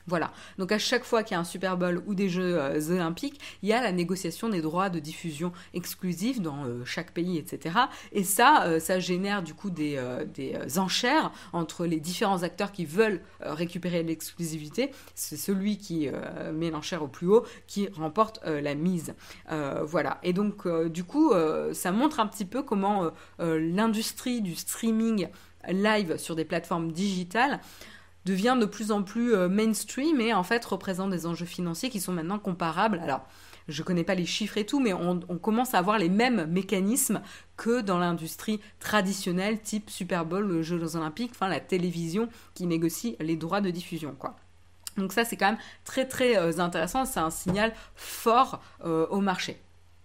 Voilà, donc à chaque fois qu'il y a un Super Bowl ou des Jeux euh, olympiques, il y a la négociation des droits de diffusion exclusifs dans euh, chaque pays, et cetera. Et ça, euh, ça génère du coup des, euh, des euh, enchères entre les différents acteurs qui veulent euh, récupérer l'exclusivité. C'est celui qui euh, met l'enchère au plus haut qui remporte euh, la mise. Euh, voilà, et donc euh, du coup, euh, ça montre un petit peu comment euh, euh, l'industrie du streaming live sur des plateformes digitales devient de plus en plus euh, mainstream et en fait représente des enjeux financiers qui sont maintenant comparables. Alors, je connais pas les chiffres et tout, mais on, on commence à avoir les mêmes mécanismes que dans l'industrie traditionnelle, type Super Bowl, le Jeux Olympiques, enfin la télévision qui négocie les droits de diffusion, quoi. Donc ça, c'est quand même très très euh, intéressant, c'est un signal fort euh, au marché.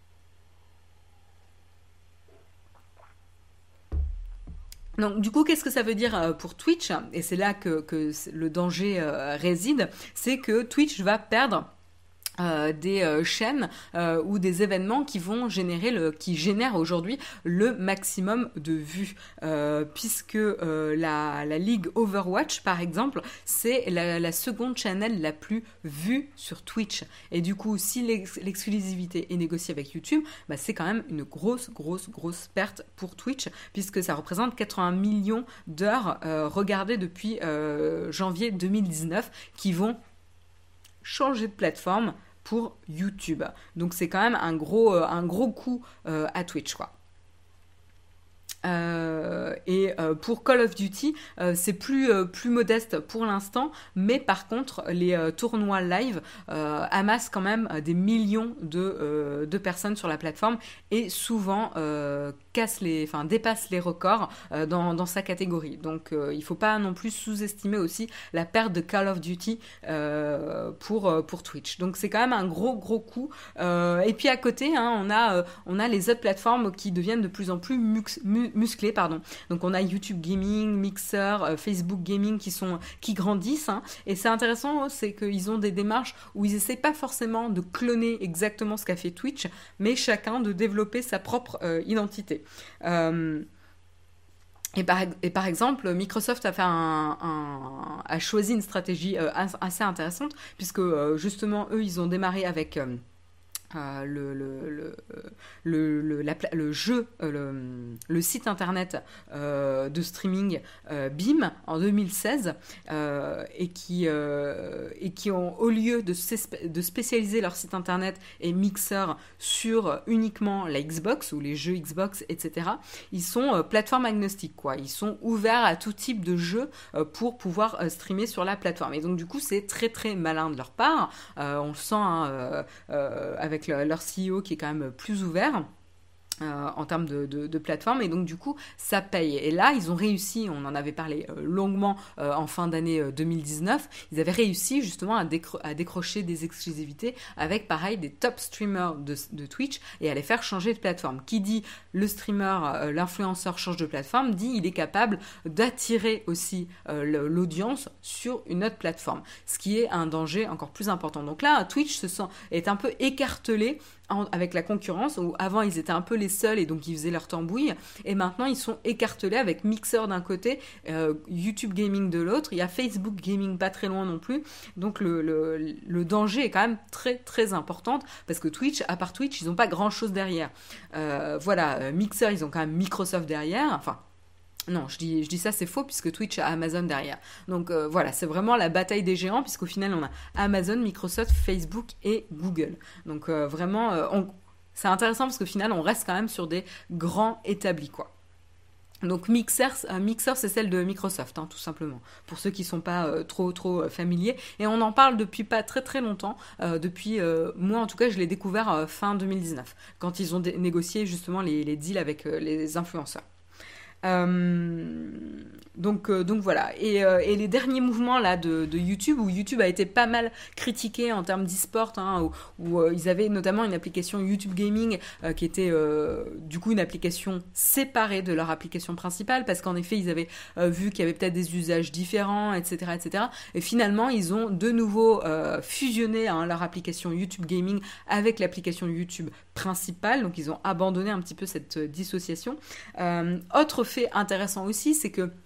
Donc du coup, qu'est-ce que ça veut dire pour Twitch ? Et c'est là que, que le danger euh, réside, c'est que Twitch va perdre Euh, des euh, chaînes euh, ou des événements qui vont générer le, qui génèrent aujourd'hui le maximum de vues, euh, puisque euh, la, la ligue Overwatch par exemple, c'est la, la seconde channel la plus vue sur Twitch. Et du coup, si l'ex- l'exclusivité est négociée avec YouTube, bah, c'est quand même une grosse, grosse, grosse perte pour Twitch, puisque ça représente quatre-vingts millions d'heures euh, regardées depuis euh, janvier deux mille dix-neuf, qui vont changer de plateforme pour YouTube. Donc c'est quand même un gros, euh, un gros coup euh, à Twitch, quoi. Euh, et euh, pour Call of Duty, euh, c'est plus, euh, plus modeste pour l'instant, mais par contre, les euh, tournois live euh, amassent quand même euh, des millions de, euh, de personnes sur la plateforme et souvent euh, cassent les, enfin, dépassent les records euh, dans, dans sa catégorie. Donc euh, il ne faut pas non plus sous-estimer aussi la perte de Call of Duty euh, pour, euh, pour Twitch. Donc c'est quand même un gros gros coup. Euh, et puis à côté, hein, on, a, euh, on a les autres plateformes qui deviennent de plus en plus mux, mu, musclés, pardon. Donc on a YouTube Gaming, Mixer, euh, Facebook Gaming qui sont qui grandissent, hein. Et c'est intéressant, c'est qu'ils ont des démarches où ils essaient pas forcément de cloner exactement ce qu'a fait Twitch, mais chacun de développer sa propre euh, identité. Euh, Et par, et par exemple, Microsoft a, fait un, un, a choisi une stratégie euh, assez intéressante, puisque euh, justement, eux, ils ont démarré avec euh, euh, le, le, le, le, le, la, le jeu, euh, le, le site internet euh, de streaming euh, Beam en deux mille seize, euh, et, qui, euh, et qui ont, au lieu de, de spécialiser leur site internet et Mixer sur uniquement la Xbox ou les jeux Xbox, et cetera, ils sont euh, plateforme agnostique, quoi. Ils sont ouverts à tout type de jeux euh, pour pouvoir euh, streamer sur la plateforme. Et donc, du coup, c'est très très malin de leur part. Euh, on le sent hein, euh, euh, avec le, leur C E O qui est quand même plus ouvert. Euh, en termes de, de, de plateforme, et donc du coup ça paye. Et là ils ont réussi, on en avait parlé euh, longuement euh, en fin d'année euh, deux mille dix-neuf, ils avaient réussi justement à, décro- à décrocher des exclusivités avec pareil des top streamers de, de Twitch et à les faire changer de plateforme. Qui dit le streamer, euh, l'influenceur change de plateforme, dit il est capable d'attirer aussi euh, le, l'audience sur une autre plateforme, ce qui est un danger encore plus important. Donc là Twitch se sent, est un peu écartelé avec la concurrence, où avant ils étaient un peu les seuls et donc ils faisaient leur tambouille, et maintenant ils sont écartelés avec Mixer d'un côté, euh, YouTube Gaming de l'autre, il y a Facebook Gaming pas très loin non plus, donc le, le, le danger est quand même très très important, parce que Twitch, à part Twitch, ils n'ont pas grand chose derrière. Euh, voilà, Mixer, ils ont quand même Microsoft derrière, enfin non, je dis, je dis ça, c'est faux, puisque Twitch a Amazon derrière. Donc euh, voilà, c'est vraiment la bataille des géants, puisqu'au final, on a Amazon, Microsoft, Facebook et Google. Donc euh, vraiment, euh, on... c'est intéressant, parce qu'au final, on reste quand même sur des grands établis, quoi. Donc Mixer, euh, Mixer c'est celle de Microsoft, hein, tout simplement, pour ceux qui ne sont pas euh, trop trop euh, familiers. Et on en parle depuis pas très très longtemps, euh, depuis, euh, moi en tout cas, je l'ai découvert euh, fin deux mille dix-neuf, quand ils ont dé- négocié justement les, les deals avec euh, les influenceurs. Euh, donc, euh, donc voilà. Et, euh, et les derniers mouvements là de, de YouTube, où YouTube a été pas mal critiqué en termes d'e-sport, hein, où, où euh, ils avaient notamment une application YouTube Gaming euh, qui était euh, du coup une application séparée de leur application principale, parce qu'en effet ils avaient euh, vu qu'il y avait peut-être des usages différents, et cetera, et cetera. Et finalement ils ont de nouveau euh, fusionné hein, leur application YouTube Gaming avec l'application YouTube principale, donc ils ont abandonné un petit peu cette euh, dissociation. Euh, autre fait intéressant aussi, c'est que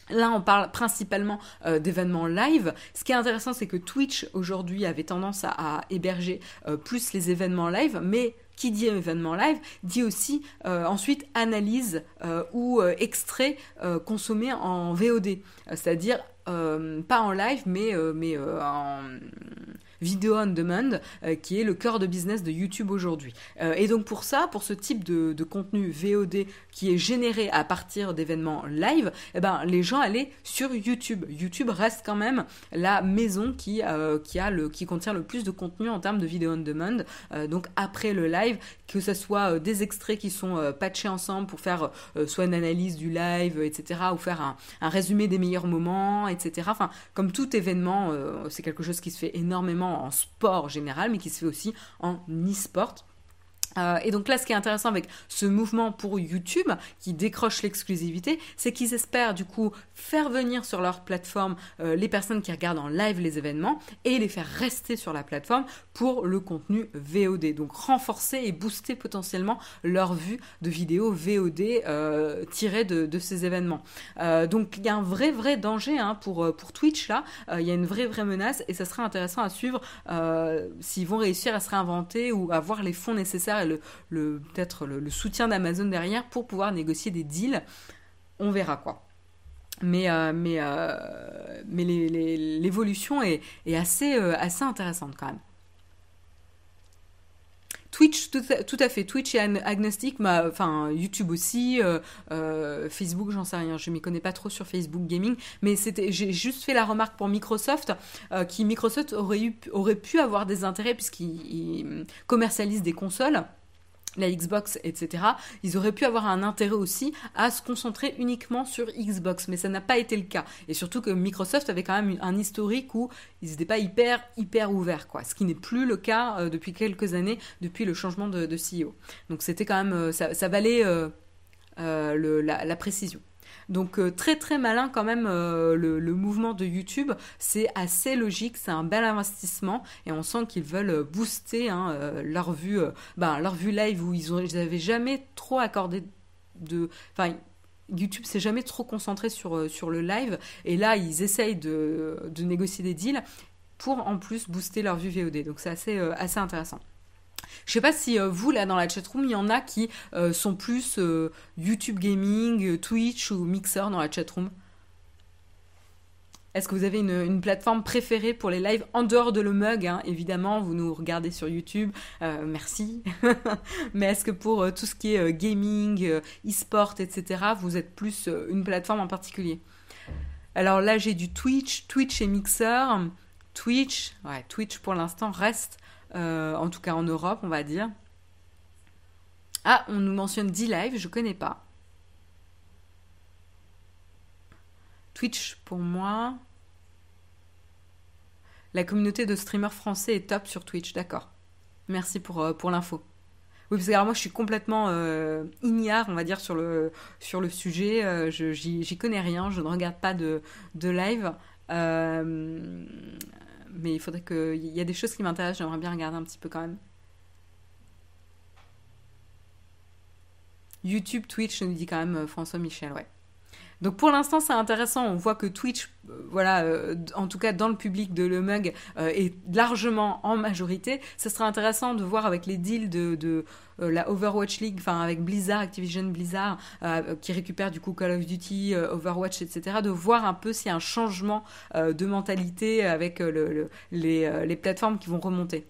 Là, on parle principalement euh, d'événements live. Ce qui est intéressant, c'est que Twitch, aujourd'hui, avait tendance à, à héberger euh, plus les événements live, mais qui dit événement live, dit aussi euh, ensuite analyse euh, ou euh, extrait euh, consommé en V O D. Euh, c'est-à-dire, euh, pas en live, mais, euh, mais euh, en vidéo on demand, euh, qui est le cœur de business de YouTube aujourd'hui. Euh, et donc pour ça, pour ce type de, de contenu V O D qui est généré à partir d'événements live, eh ben, les gens allaient sur YouTube. YouTube reste quand même la maison qui, euh, qui, a le, qui contient le plus de contenu en termes de vidéo on demand. Euh, donc après le live, que ce soit euh, des extraits qui sont euh, patchés ensemble pour faire euh, soit une analyse du live, et cetera, ou faire un, un résumé des meilleurs moments, et cetera. Enfin, comme tout événement, euh, c'est quelque chose qui se fait énormément en sport général, mais qui se fait aussi en e-sport. Euh, et donc là, ce qui est intéressant avec ce mouvement pour YouTube, qui décroche l'exclusivité, c'est qu'ils espèrent du coup faire venir sur leur plateforme euh, les personnes qui regardent en live les événements et les faire rester sur la plateforme pour le contenu V O D. Donc renforcer et booster potentiellement leur vue de vidéos V O D euh, tirées de, de ces événements. Euh, donc il y a un vrai vrai danger hein, pour, pour Twitch là, euh, il y a une vraie vraie menace et ça sera intéressant à suivre euh, s'ils vont réussir à se réinventer ou avoir les fonds nécessaires le, le, peut-être le, le soutien d'Amazon derrière pour pouvoir négocier des deals. On verra quoi. Mais, euh, mais, euh, mais les, les, l'évolution est, est assez, euh, assez intéressante quand même. Twitch, tout à, tout à fait. Twitch est agnostique, mais, enfin YouTube aussi, euh, euh, Facebook, j'en sais rien. Je m'y connais pas trop sur Facebook Gaming, mais c'était, j'ai juste fait la remarque pour Microsoft, euh, qui Microsoft aurait, eu, aurait pu avoir des intérêts puisqu'ils commercialisent des consoles. La Xbox, et cetera, ils auraient pu avoir un intérêt aussi à se concentrer uniquement sur Xbox, mais ça n'a pas été le cas. Et surtout que Microsoft avait quand même un historique où ils n'étaient pas hyper, hyper ouverts, quoi. Ce qui n'est plus le cas euh, depuis quelques années, depuis le changement de, de C E O. Donc c'était quand même, euh, ça, ça valait euh, euh, le, la, la précision. Donc euh, très très malin quand même euh, le, le mouvement de YouTube, c'est assez logique, c'est un bel investissement et on sent qu'ils veulent booster hein, euh, leur vue, euh, ben, leur vue live où ils ont, ils avaient jamais trop accordé de, enfin YouTube s'est jamais trop concentré sur euh, sur le live et là ils essayent de, de négocier des deals pour en plus booster leur vue V O D, donc c'est assez euh, assez intéressant. Je sais pas si euh, vous, là, dans la chatroom, il y en a qui euh, sont plus euh, YouTube Gaming, Twitch ou Mixer dans la chatroom. Est-ce que vous avez une, une plateforme préférée pour les lives en dehors de le mug hein, évidemment, vous nous regardez sur YouTube, euh, merci. Mais est-ce que pour euh, tout ce qui est euh, gaming, euh, e-sport, et cetera, vous êtes plus euh, une plateforme en particulier? Alors là, j'ai du Twitch, Twitch et Mixer. Twitch, ouais, Twitch pour l'instant reste... Euh, en tout cas en Europe, on va dire. Ah, on nous mentionne D-Live, je connais pas. Twitch, pour moi... La communauté de streamers français est top sur Twitch, d'accord. Merci pour, euh, pour l'info. Oui, parce que alors, moi, je suis complètement euh, ignare, on va dire, sur le, sur le sujet. Euh, je, j'y, j'y connais rien, je ne regarde pas de, de live. Euh... Mais il faudrait que... Il y a des choses qui m'intéressent, j'aimerais bien regarder un petit peu quand même. YouTube, Twitch, nous dit quand même François Michel, ouais. Donc pour l'instant, c'est intéressant. On voit que Twitch, euh, voilà, euh, en tout cas dans le public de Le Mug, euh, est largement en majorité. Ce sera intéressant de voir avec les deals de, de euh, la Overwatch League, enfin avec Blizzard, Activision Blizzard, euh, qui récupère du coup Call of Duty, euh, Overwatch, et cetera, de voir un peu s'il y a un changement euh, de mentalité avec euh, le, le, les, euh, les plateformes qui vont remonter.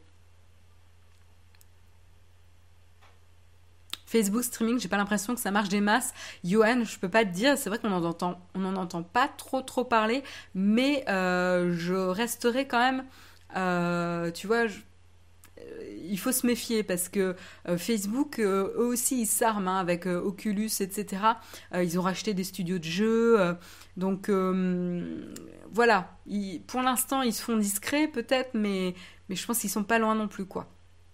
Facebook streaming, j'ai pas l'impression que ça marche des masses. Johan, je peux pas te dire, c'est vrai qu'on en entend, on en entend pas trop trop parler, mais euh, je resterai quand même, euh, tu vois, je, euh, il faut se méfier parce que euh, Facebook, euh, eux aussi, ils s'arment hein, avec euh, Oculus, et cetera. Euh, ils ont racheté des studios de jeux, euh, donc euh, voilà. Ils, pour l'instant, ils se font discrets peut-être, mais mais je pense qu'ils sont pas loin non plus quoi.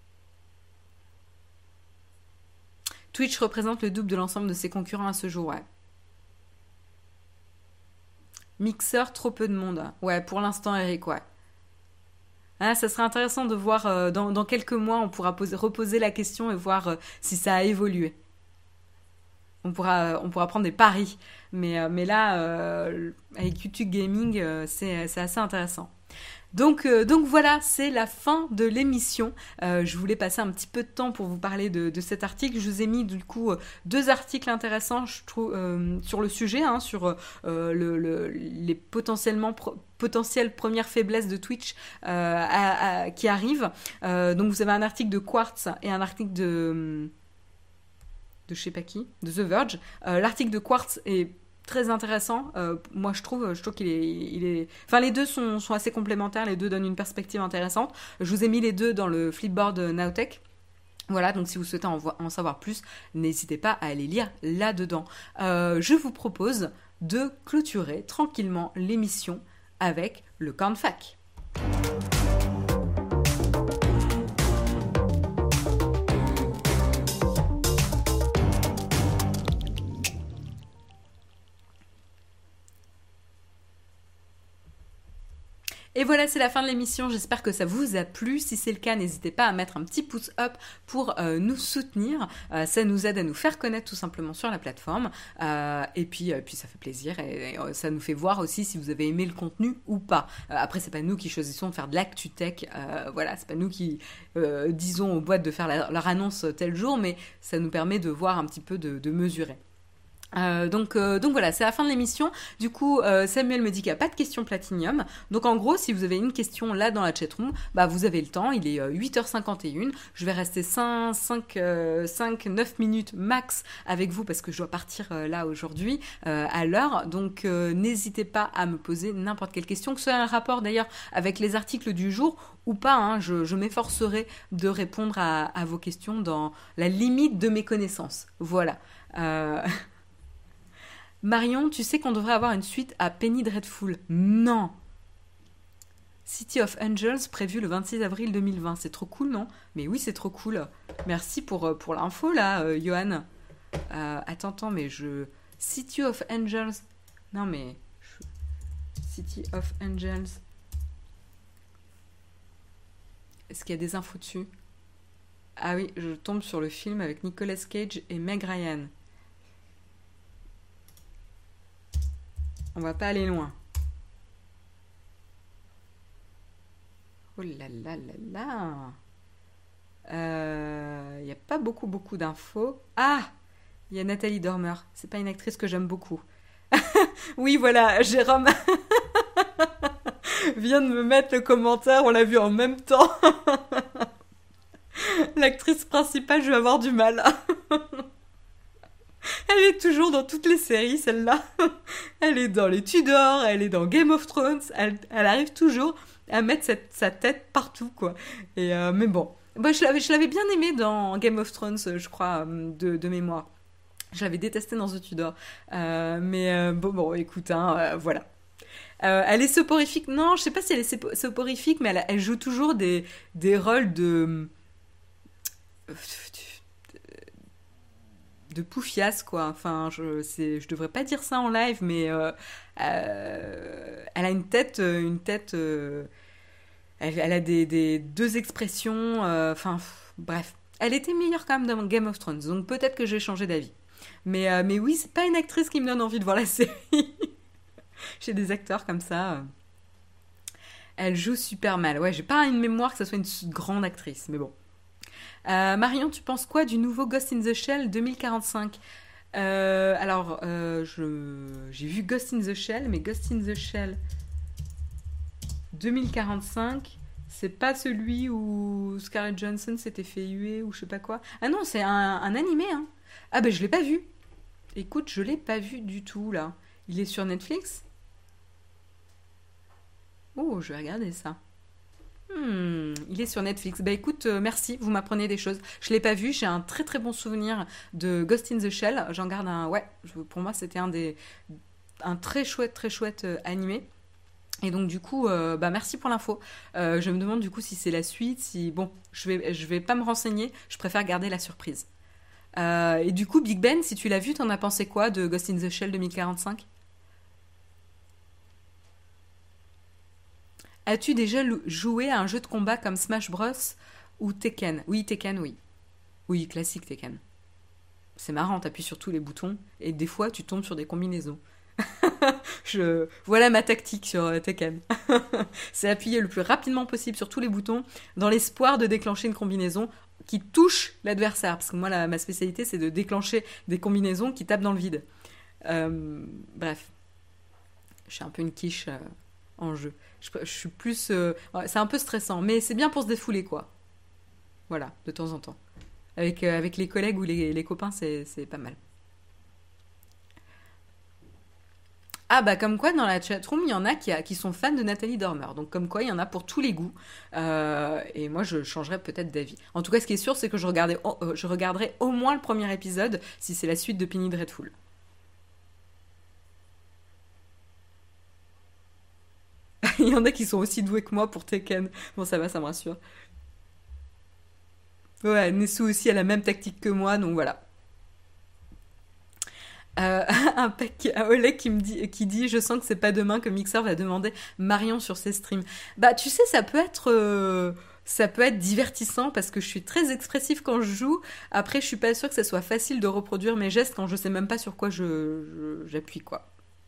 Twitch représente le double de l'ensemble de ses concurrents à ce jour, ouais. Mixer, trop peu de monde. Ouais, pour l'instant, Eric, ouais. Ah, ça serait intéressant de voir, euh, dans, dans quelques mois, on pourra poser, reposer la question et voir euh, si ça a évolué. On pourra, on pourra prendre des paris. Mais, euh, mais là, euh, avec YouTube Gaming, euh, c'est, c'est assez intéressant. Donc, euh, donc voilà, c'est la fin de l'émission. Euh, je voulais passer un petit peu de temps pour vous parler de, de cet article. Je vous ai mis du coup deux articles intéressants, je trouve, euh, sur le sujet, hein, sur euh, le, le, les potentiellement pro- potentielles premières faiblesses de Twitch euh, à, à, qui arrivent. Euh, donc vous avez un article de Quartz et un article de de je sais pas qui, de The Verge. Euh, l'article de Quartz est très intéressant. Euh, moi, je trouve, je trouve qu'il est, il est, enfin, les deux sont, sont assez complémentaires. Les deux donnent une perspective intéressante. Je vous ai mis les deux dans le Flipboard Nowtech. Voilà, donc si vous souhaitez en, vo- en savoir plus, n'hésitez pas à aller lire là-dedans. Euh, je vous propose de clôturer tranquillement l'émission avec le Cornfac. Et voilà, c'est la fin de l'émission. J'espère que ça vous a plu. Si c'est le cas, n'hésitez pas à mettre un petit pouce up pour euh, nous soutenir. Euh, ça nous aide à nous faire connaître tout simplement sur la plateforme. Euh, et puis, euh, puis ça fait plaisir et, et euh, ça nous fait voir aussi si vous avez aimé le contenu ou pas. Euh, après, c'est pas nous qui choisissons de faire de l'actu tech. Euh, voilà, c'est pas nous qui euh, disons aux boîtes de faire la, leur annonce tel jour, mais ça nous permet de voir un petit peu, de, de mesurer. Euh, donc, euh, donc voilà, c'est la fin de l'émission. Du coup, euh, Samuel me dit qu'il n'y a pas de questions Platinium. Donc en gros, si vous avez une question là dans la chatroom, bah vous avez le temps. Il est euh, huit heures cinquante et une. Je vais rester cinq, cinq, euh, cinq, neuf minutes max avec vous parce que je dois partir euh, là aujourd'hui euh, à l'heure. Donc euh, n'hésitez pas à me poser n'importe quelle question, que ce soit un rapport d'ailleurs avec les articles du jour ou pas. Hein, je, je m'efforcerai de répondre à, à vos questions dans la limite de mes connaissances. Voilà. Euh... Marion, tu sais qu'on devrait avoir une suite à Penny Dreadful. Non. City of Angels prévu le vingt-six avril deux mille vingt. C'est trop cool, non? Mais oui, c'est trop cool. Merci pour, pour l'info, là, euh, Johan. Euh, attends, attends, mais je... City of Angels... Non, mais... City of Angels... Est-ce qu'il y a des infos dessus? Ah oui, je tombe sur le film avec Nicolas Cage et Meg Ryan. On va pas aller loin. Oh là là là là. Il euh, n'y a pas beaucoup beaucoup d'infos. Ah, il y a Nathalie Dormer. C'est pas une actrice que j'aime beaucoup. Oui, voilà, Jérôme vient de me mettre le commentaire. On l'a vu en même temps. L'actrice principale, je vais avoir du mal. Elle est toujours dans toutes les séries, celle-là. Elle est dans les Tudors, elle est dans Game of Thrones. Elle, elle arrive toujours à mettre cette, sa tête partout, quoi. Et euh, mais bon, moi, je l'avais, je l'avais bien aimée dans Game of Thrones, je crois, de, de mémoire. Je l'avais détestée dans The Tudors. Euh, mais euh, bon, bon, écoute, hein, euh, voilà. Euh, elle est soporifique. Non, je sais pas si elle est soporifique, mais elle, elle joue toujours des, des rôles de... de poufiasse, quoi. Enfin, je, c'est, je devrais pas dire ça en live, mais euh, euh, elle a une tête, une tête, euh, elle, elle a des, des deux expressions. Euh, enfin, pff, bref, elle était meilleure quand même dans Game of Thrones, donc peut-être que je vais changer d'avis. Mais, euh, mais oui, c'est pas une actrice qui me donne envie de voir la série. J'ai des acteurs comme ça. Euh. Elle joue super mal. Ouais, j'ai pas une mémoire que ce soit une grande actrice, mais bon. Euh, Marion, tu penses quoi du nouveau Ghost in the Shell deux mille quarante-cinq? euh, Alors, euh, je, j'ai vu Ghost in the Shell, mais Ghost in the Shell deux mille quarante-cinq, c'est pas celui où Scarlett Johansson s'était fait huer ou je sais pas quoi. Ah non, c'est un, un animé, hein. Ah ben, je l'ai pas vu. Écoute, je l'ai pas vu du tout, là. Il est sur Netflix? Oh, je vais regarder ça. Hmm, il est sur Netflix. Bah écoute, euh, merci, vous m'apprenez des choses. Je l'ai pas vu, j'ai un très très bon souvenir de Ghost in the Shell. J'en garde un, ouais, je, pour moi c'était un des, un très chouette très chouette euh, animé. Et donc du coup, euh, bah merci pour l'info. Euh, je me demande du coup si c'est la suite, si bon, je vais je vais pas me renseigner. Je préfère garder la surprise. Euh, et du coup, Big Ben, si tu l'as vu, t'en as pensé quoi de Ghost in the Shell deux mille quarante-cinq? As-tu déjà joué à un jeu de combat comme Smash Bros ou Tekken? Oui, Tekken, oui. Oui, classique Tekken. C'est marrant, t'appuies sur tous les boutons et des fois tu tombes sur des combinaisons. Je... Voilà ma tactique sur euh, Tekken. C'est appuyer le plus rapidement possible sur tous les boutons dans l'espoir de déclencher une combinaison qui touche l'adversaire. Parce que moi, la, ma spécialité, c'est de déclencher des combinaisons qui tapent dans le vide. Euh, bref. Je suis un peu une quiche euh, en jeu. Je, je suis plus... Euh... ouais, c'est un peu stressant, mais c'est bien pour se défouler, quoi. Voilà, de temps en temps. Avec, euh, avec les collègues ou les, les copains, c'est, c'est pas mal. Ah bah comme quoi dans la chatroom il y en a qui, a- qui sont fans de Nathalie Dormer, donc comme quoi il y en a pour tous les goûts. Euh, et moi je changerais peut-être d'avis. En tout cas ce qui est sûr c'est que je, regardais, oh, euh, je regarderai au moins le premier épisode si c'est la suite de Penny Dreadful. Il y en a qui sont aussi doués que moi pour Tekken. Bon ça va, ça me rassure. Ouais, Nessou aussi a la même tactique que moi, donc voilà. Euh, un, pec, un Oleg qui me dit, qui dit, je sens que c'est pas demain que Mixer va demander Marion sur ses streams. Bah, tu sais, ça peut être, euh, ça peut être divertissant parce que je suis très expressif quand je joue. Après, je suis pas sûre que ça soit facile de reproduire mes gestes quand je sais même pas sur quoi je, je- j'appuie, quoi.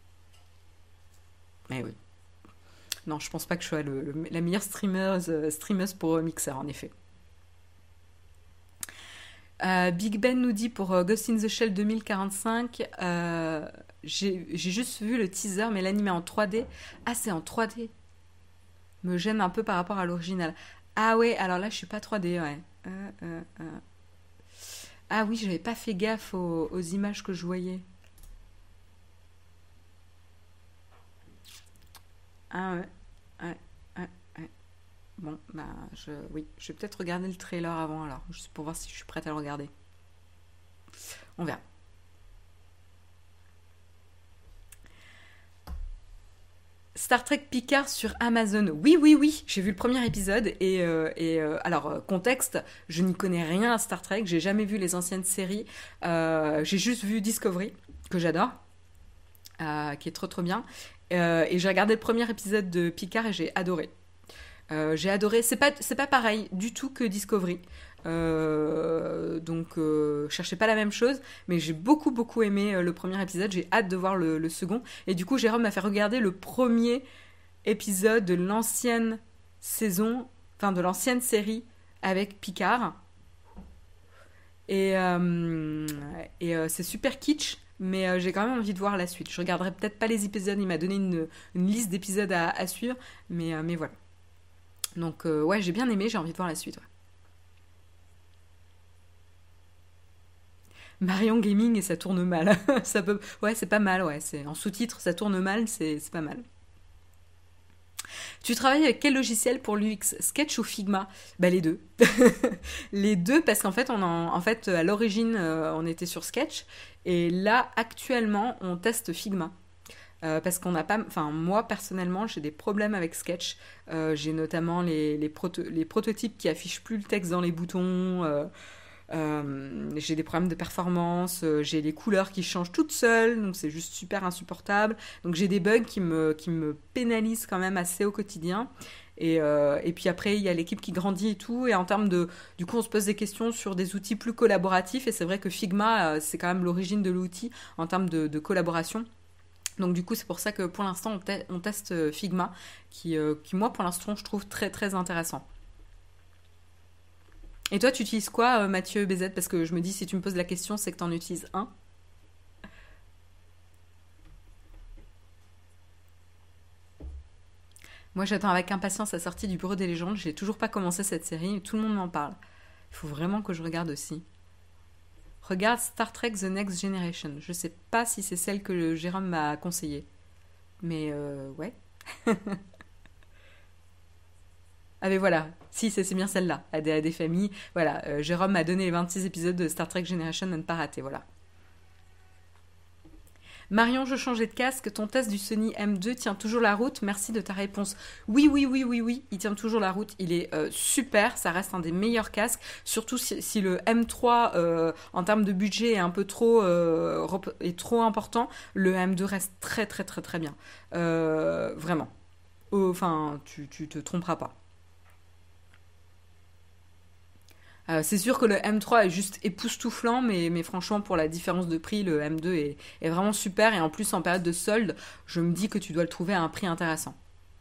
Mais oui. Non, je pense pas que je sois le- le- la meilleure streameuse, euh, streameuse pour euh, Mixer, en effet. Euh, Big Ben nous dit pour euh, Ghost in the Shell deux mille quarante-cinq, euh, j'ai j'ai juste vu le teaser, mais l'anime est en trois D. Ah, c'est en trois D. Me gêne un peu par rapport à l'original. Ah ouais, alors là, je suis pas trois D, ouais. Euh, euh, euh. Ah oui, j'avais pas fait gaffe aux, aux images que je voyais. Ah ouais, ouais, ouais, ouais. Bon, bah, je, oui, je vais peut-être regarder le trailer avant alors, juste pour voir si je suis prête à le regarder. On verra. Star Trek Picard sur Amazon. Oui, oui, oui, j'ai vu le premier épisode et, euh, et euh, alors euh, contexte, je n'y connais rien à Star Trek, j'ai jamais vu les anciennes séries, euh, j'ai juste vu Discovery que j'adore, euh, qui est trop trop bien. Euh, et j'ai regardé le premier épisode de Picard et j'ai adoré. Euh, j'ai adoré. C'est pas, c'est pas pareil du tout que Discovery. Euh, donc, euh, cherchez pas la même chose, mais j'ai beaucoup beaucoup aimé euh, le premier épisode. J'ai hâte de voir le, le second. Et du coup, Jérôme m'a fait regarder le premier épisode de l'ancienne saison, enfin de l'ancienne série avec Picard. Et, euh, et euh, c'est super kitsch, mais euh, j'ai quand même envie de voir la suite. Je regarderai peut-être pas les épisodes. Il m'a donné une, une liste d'épisodes à, à suivre, mais, euh, mais voilà. Donc, euh, ouais, j'ai bien aimé, j'ai envie de voir la suite. Ouais. Marion Gaming et ça tourne mal. Ça peut... Ouais, c'est pas mal, ouais. C'est... En sous-titre, ça tourne mal, c'est... c'est pas mal. Tu travailles avec quel logiciel pour l'U X? Sketch ou Figma? Bah les deux. Les deux parce qu'en fait, on en... en fait à l'origine, euh, on était sur Sketch et là, actuellement, on teste Figma. Euh, parce qu'on n'a pas... Enfin, moi, personnellement, j'ai des problèmes avec Sketch. Euh, j'ai notamment les, les, proto- les prototypes qui affichent plus le texte dans les boutons. euh, euh, j'ai des problèmes de performance. euh, j'ai les couleurs qui changent toutes seules. Donc, c'est juste super insupportable. Donc, j'ai des bugs qui me, qui me pénalisent quand même assez au quotidien. Et, euh, et puis après, il y a l'équipe qui grandit et tout. Et en termes de... Du coup, on se pose des questions sur des outils plus collaboratifs. Et c'est vrai que Figma, euh, c'est quand même l'origine de l'outil en termes de, de collaboration. Donc du coup, c'est pour ça que pour l'instant, on, te- on teste euh, Figma, qui, euh, qui moi, pour l'instant, je trouve très très intéressant. Et toi, tu utilises quoi, euh, Mathieu B Z? Parce que je me dis, si tu me poses la question, c'est que tu en utilises un. Moi, j'attends avec impatience la sortie du Bureau des légendes. J'ai toujours pas commencé cette série, mais tout le monde m'en parle. Il faut vraiment que je regarde aussi. Regarde Star Trek The Next Generation. Je sais pas si c'est celle que Jérôme m'a conseillée. Mais euh, ouais. Ah mais voilà, si c'est c'est bien celle-là, à des, à des familles. Voilà, euh, Jérôme m'a donné les vingt-six épisodes de Star Trek Generation à ne pas rater, voilà. Marion, je changeais de casque, ton test du Sony M deux tient toujours la route, merci de ta réponse. Oui, oui, oui, oui, oui, il tient toujours la route, il est euh, super, ça reste un des meilleurs casques, surtout si, si le M trois, euh, en termes de budget, est un peu trop, euh, rep- est trop important, le M deux reste très, très, très, très bien. Euh, vraiment. Enfin, tu, tu te tromperas pas. Euh, c'est sûr que le M trois est juste époustouflant, mais, mais franchement, pour la différence de prix, le M deux est, est vraiment super. Et en plus, en période de solde, je me dis que tu dois le trouver à un prix intéressant.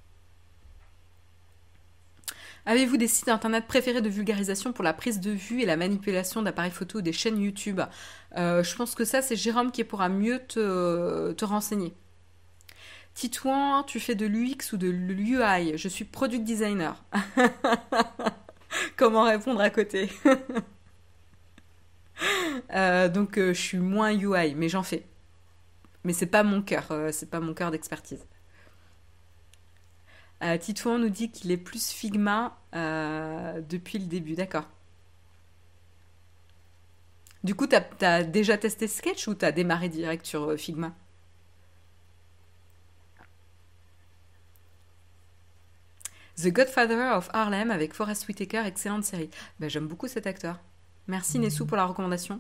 Avez-vous des sites internet préférés de vulgarisation pour la prise de vue et la manipulation d'appareils photo ou des chaînes YouTube? euh, Je pense que ça, c'est Jérôme qui pourra mieux te, te renseigner. Titouan, tu fais de l'U X ou de l'U I? Je suis product designer. Comment répondre à côté? euh, Donc, euh, je suis moins U I, mais j'en fais. Mais c'est pas mon cœur, euh, c'est pas mon cœur d'expertise. Euh, Titouan nous dit qu'il est plus Figma euh, depuis le début, d'accord. Du coup, t'as, t'as déjà testé Sketch ou t'as démarré direct sur euh, Figma? The Godfather of Harlem avec Forest Whitaker, excellente série. Ben, j'aime beaucoup cet acteur. Merci Nessou pour la recommandation.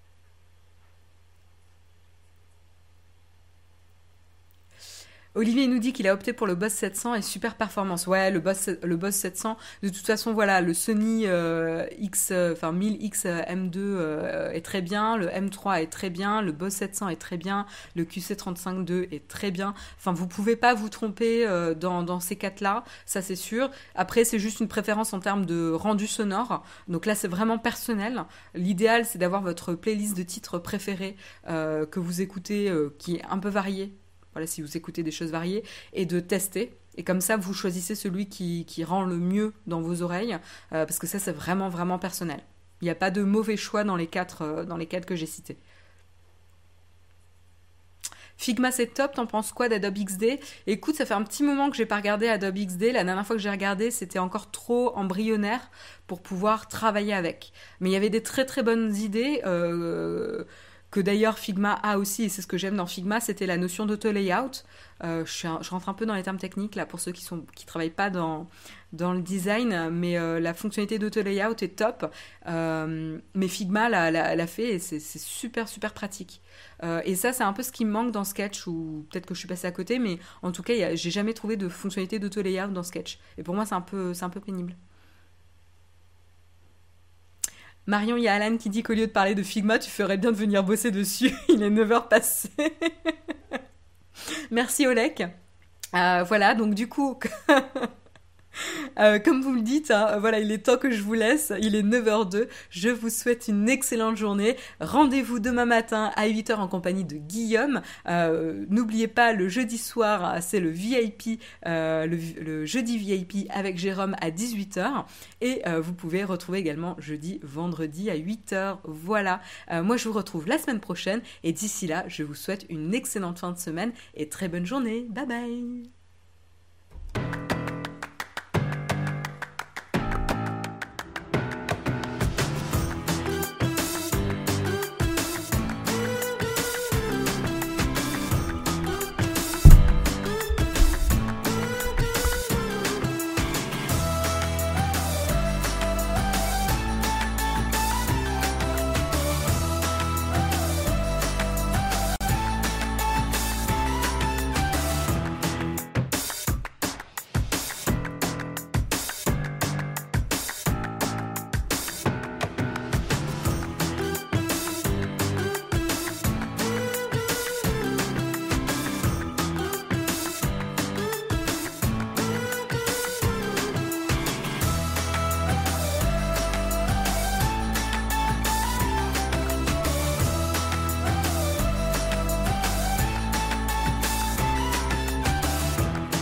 Olivier nous dit qu'il a opté pour le Boss sept cents et super performance. Ouais, le Boss, le Boss sept cents. De toute façon, voilà, le Sony euh, X, euh, enfin mille X euh, M deux euh, est très bien, le M trois est très bien, le Boss sept cents est très bien, le Q C trente-cinq deux est très bien. Enfin, vous pouvez pas vous tromper euh, dans, dans ces quatre-là, ça c'est sûr. Après, c'est juste une préférence en termes de rendu sonore. Donc là, c'est vraiment personnel. L'idéal, c'est d'avoir votre playlist de titres préférés euh, que vous écoutez, euh, qui est un peu variée. Voilà, si vous écoutez des choses variées, et de tester. Et comme ça, vous choisissez celui qui, qui rend le mieux dans vos oreilles, euh, parce que ça, c'est vraiment, vraiment personnel. Il n'y a pas de mauvais choix dans les quatre, euh, dans les quatre que j'ai cités. Figma, c'est top, t'en penses quoi d'Adobe X D? Écoute, ça fait un petit moment que j'ai pas regardé Adobe X D. La dernière fois que j'ai regardé, c'était encore trop embryonnaire pour pouvoir travailler avec. Mais il y avait des très très bonnes idées... Euh, que d'ailleurs Figma a aussi, et c'est ce que j'aime dans Figma, c'était la notion d'auto-layout. Euh, je, je rentre un peu dans les termes techniques, là, pour ceux qui ne qui travaillent pas dans, dans le design, mais euh, la fonctionnalité d'auto-layout est top. Euh, mais Figma l'a, l'a, l'a fait, et c'est, c'est super, super pratique. Euh, et ça, c'est un peu ce qui me manque dans Sketch, ou peut-être que je suis passée à côté, mais en tout cas, y a, j'ai jamais trouvé de fonctionnalité d'auto-layout dans Sketch. Et pour moi, c'est un peu, c'est un peu pénible. Marion, il y a Alan qui dit qu'au lieu de parler de Figma, tu ferais bien de venir bosser dessus. Il est neuf heures passées. Merci Olek. Euh, voilà, donc du coup, euh, comme vous le dites, hein, voilà, il est temps que je vous laisse. Il est neuf heures deux. Je vous souhaite une excellente journée. Rendez-vous demain matin à huit heures en compagnie de Guillaume. Euh, n'oubliez pas, le jeudi soir, c'est le V I P, euh, le, le jeudi V I P avec Jérôme à dix-huit heures. Et euh, vous pouvez retrouver également jeudi, vendredi à huit heures. Voilà. Euh, moi, je vous retrouve la semaine prochaine. Et d'ici là, je vous souhaite une excellente fin de semaine et très bonne journée. Bye bye.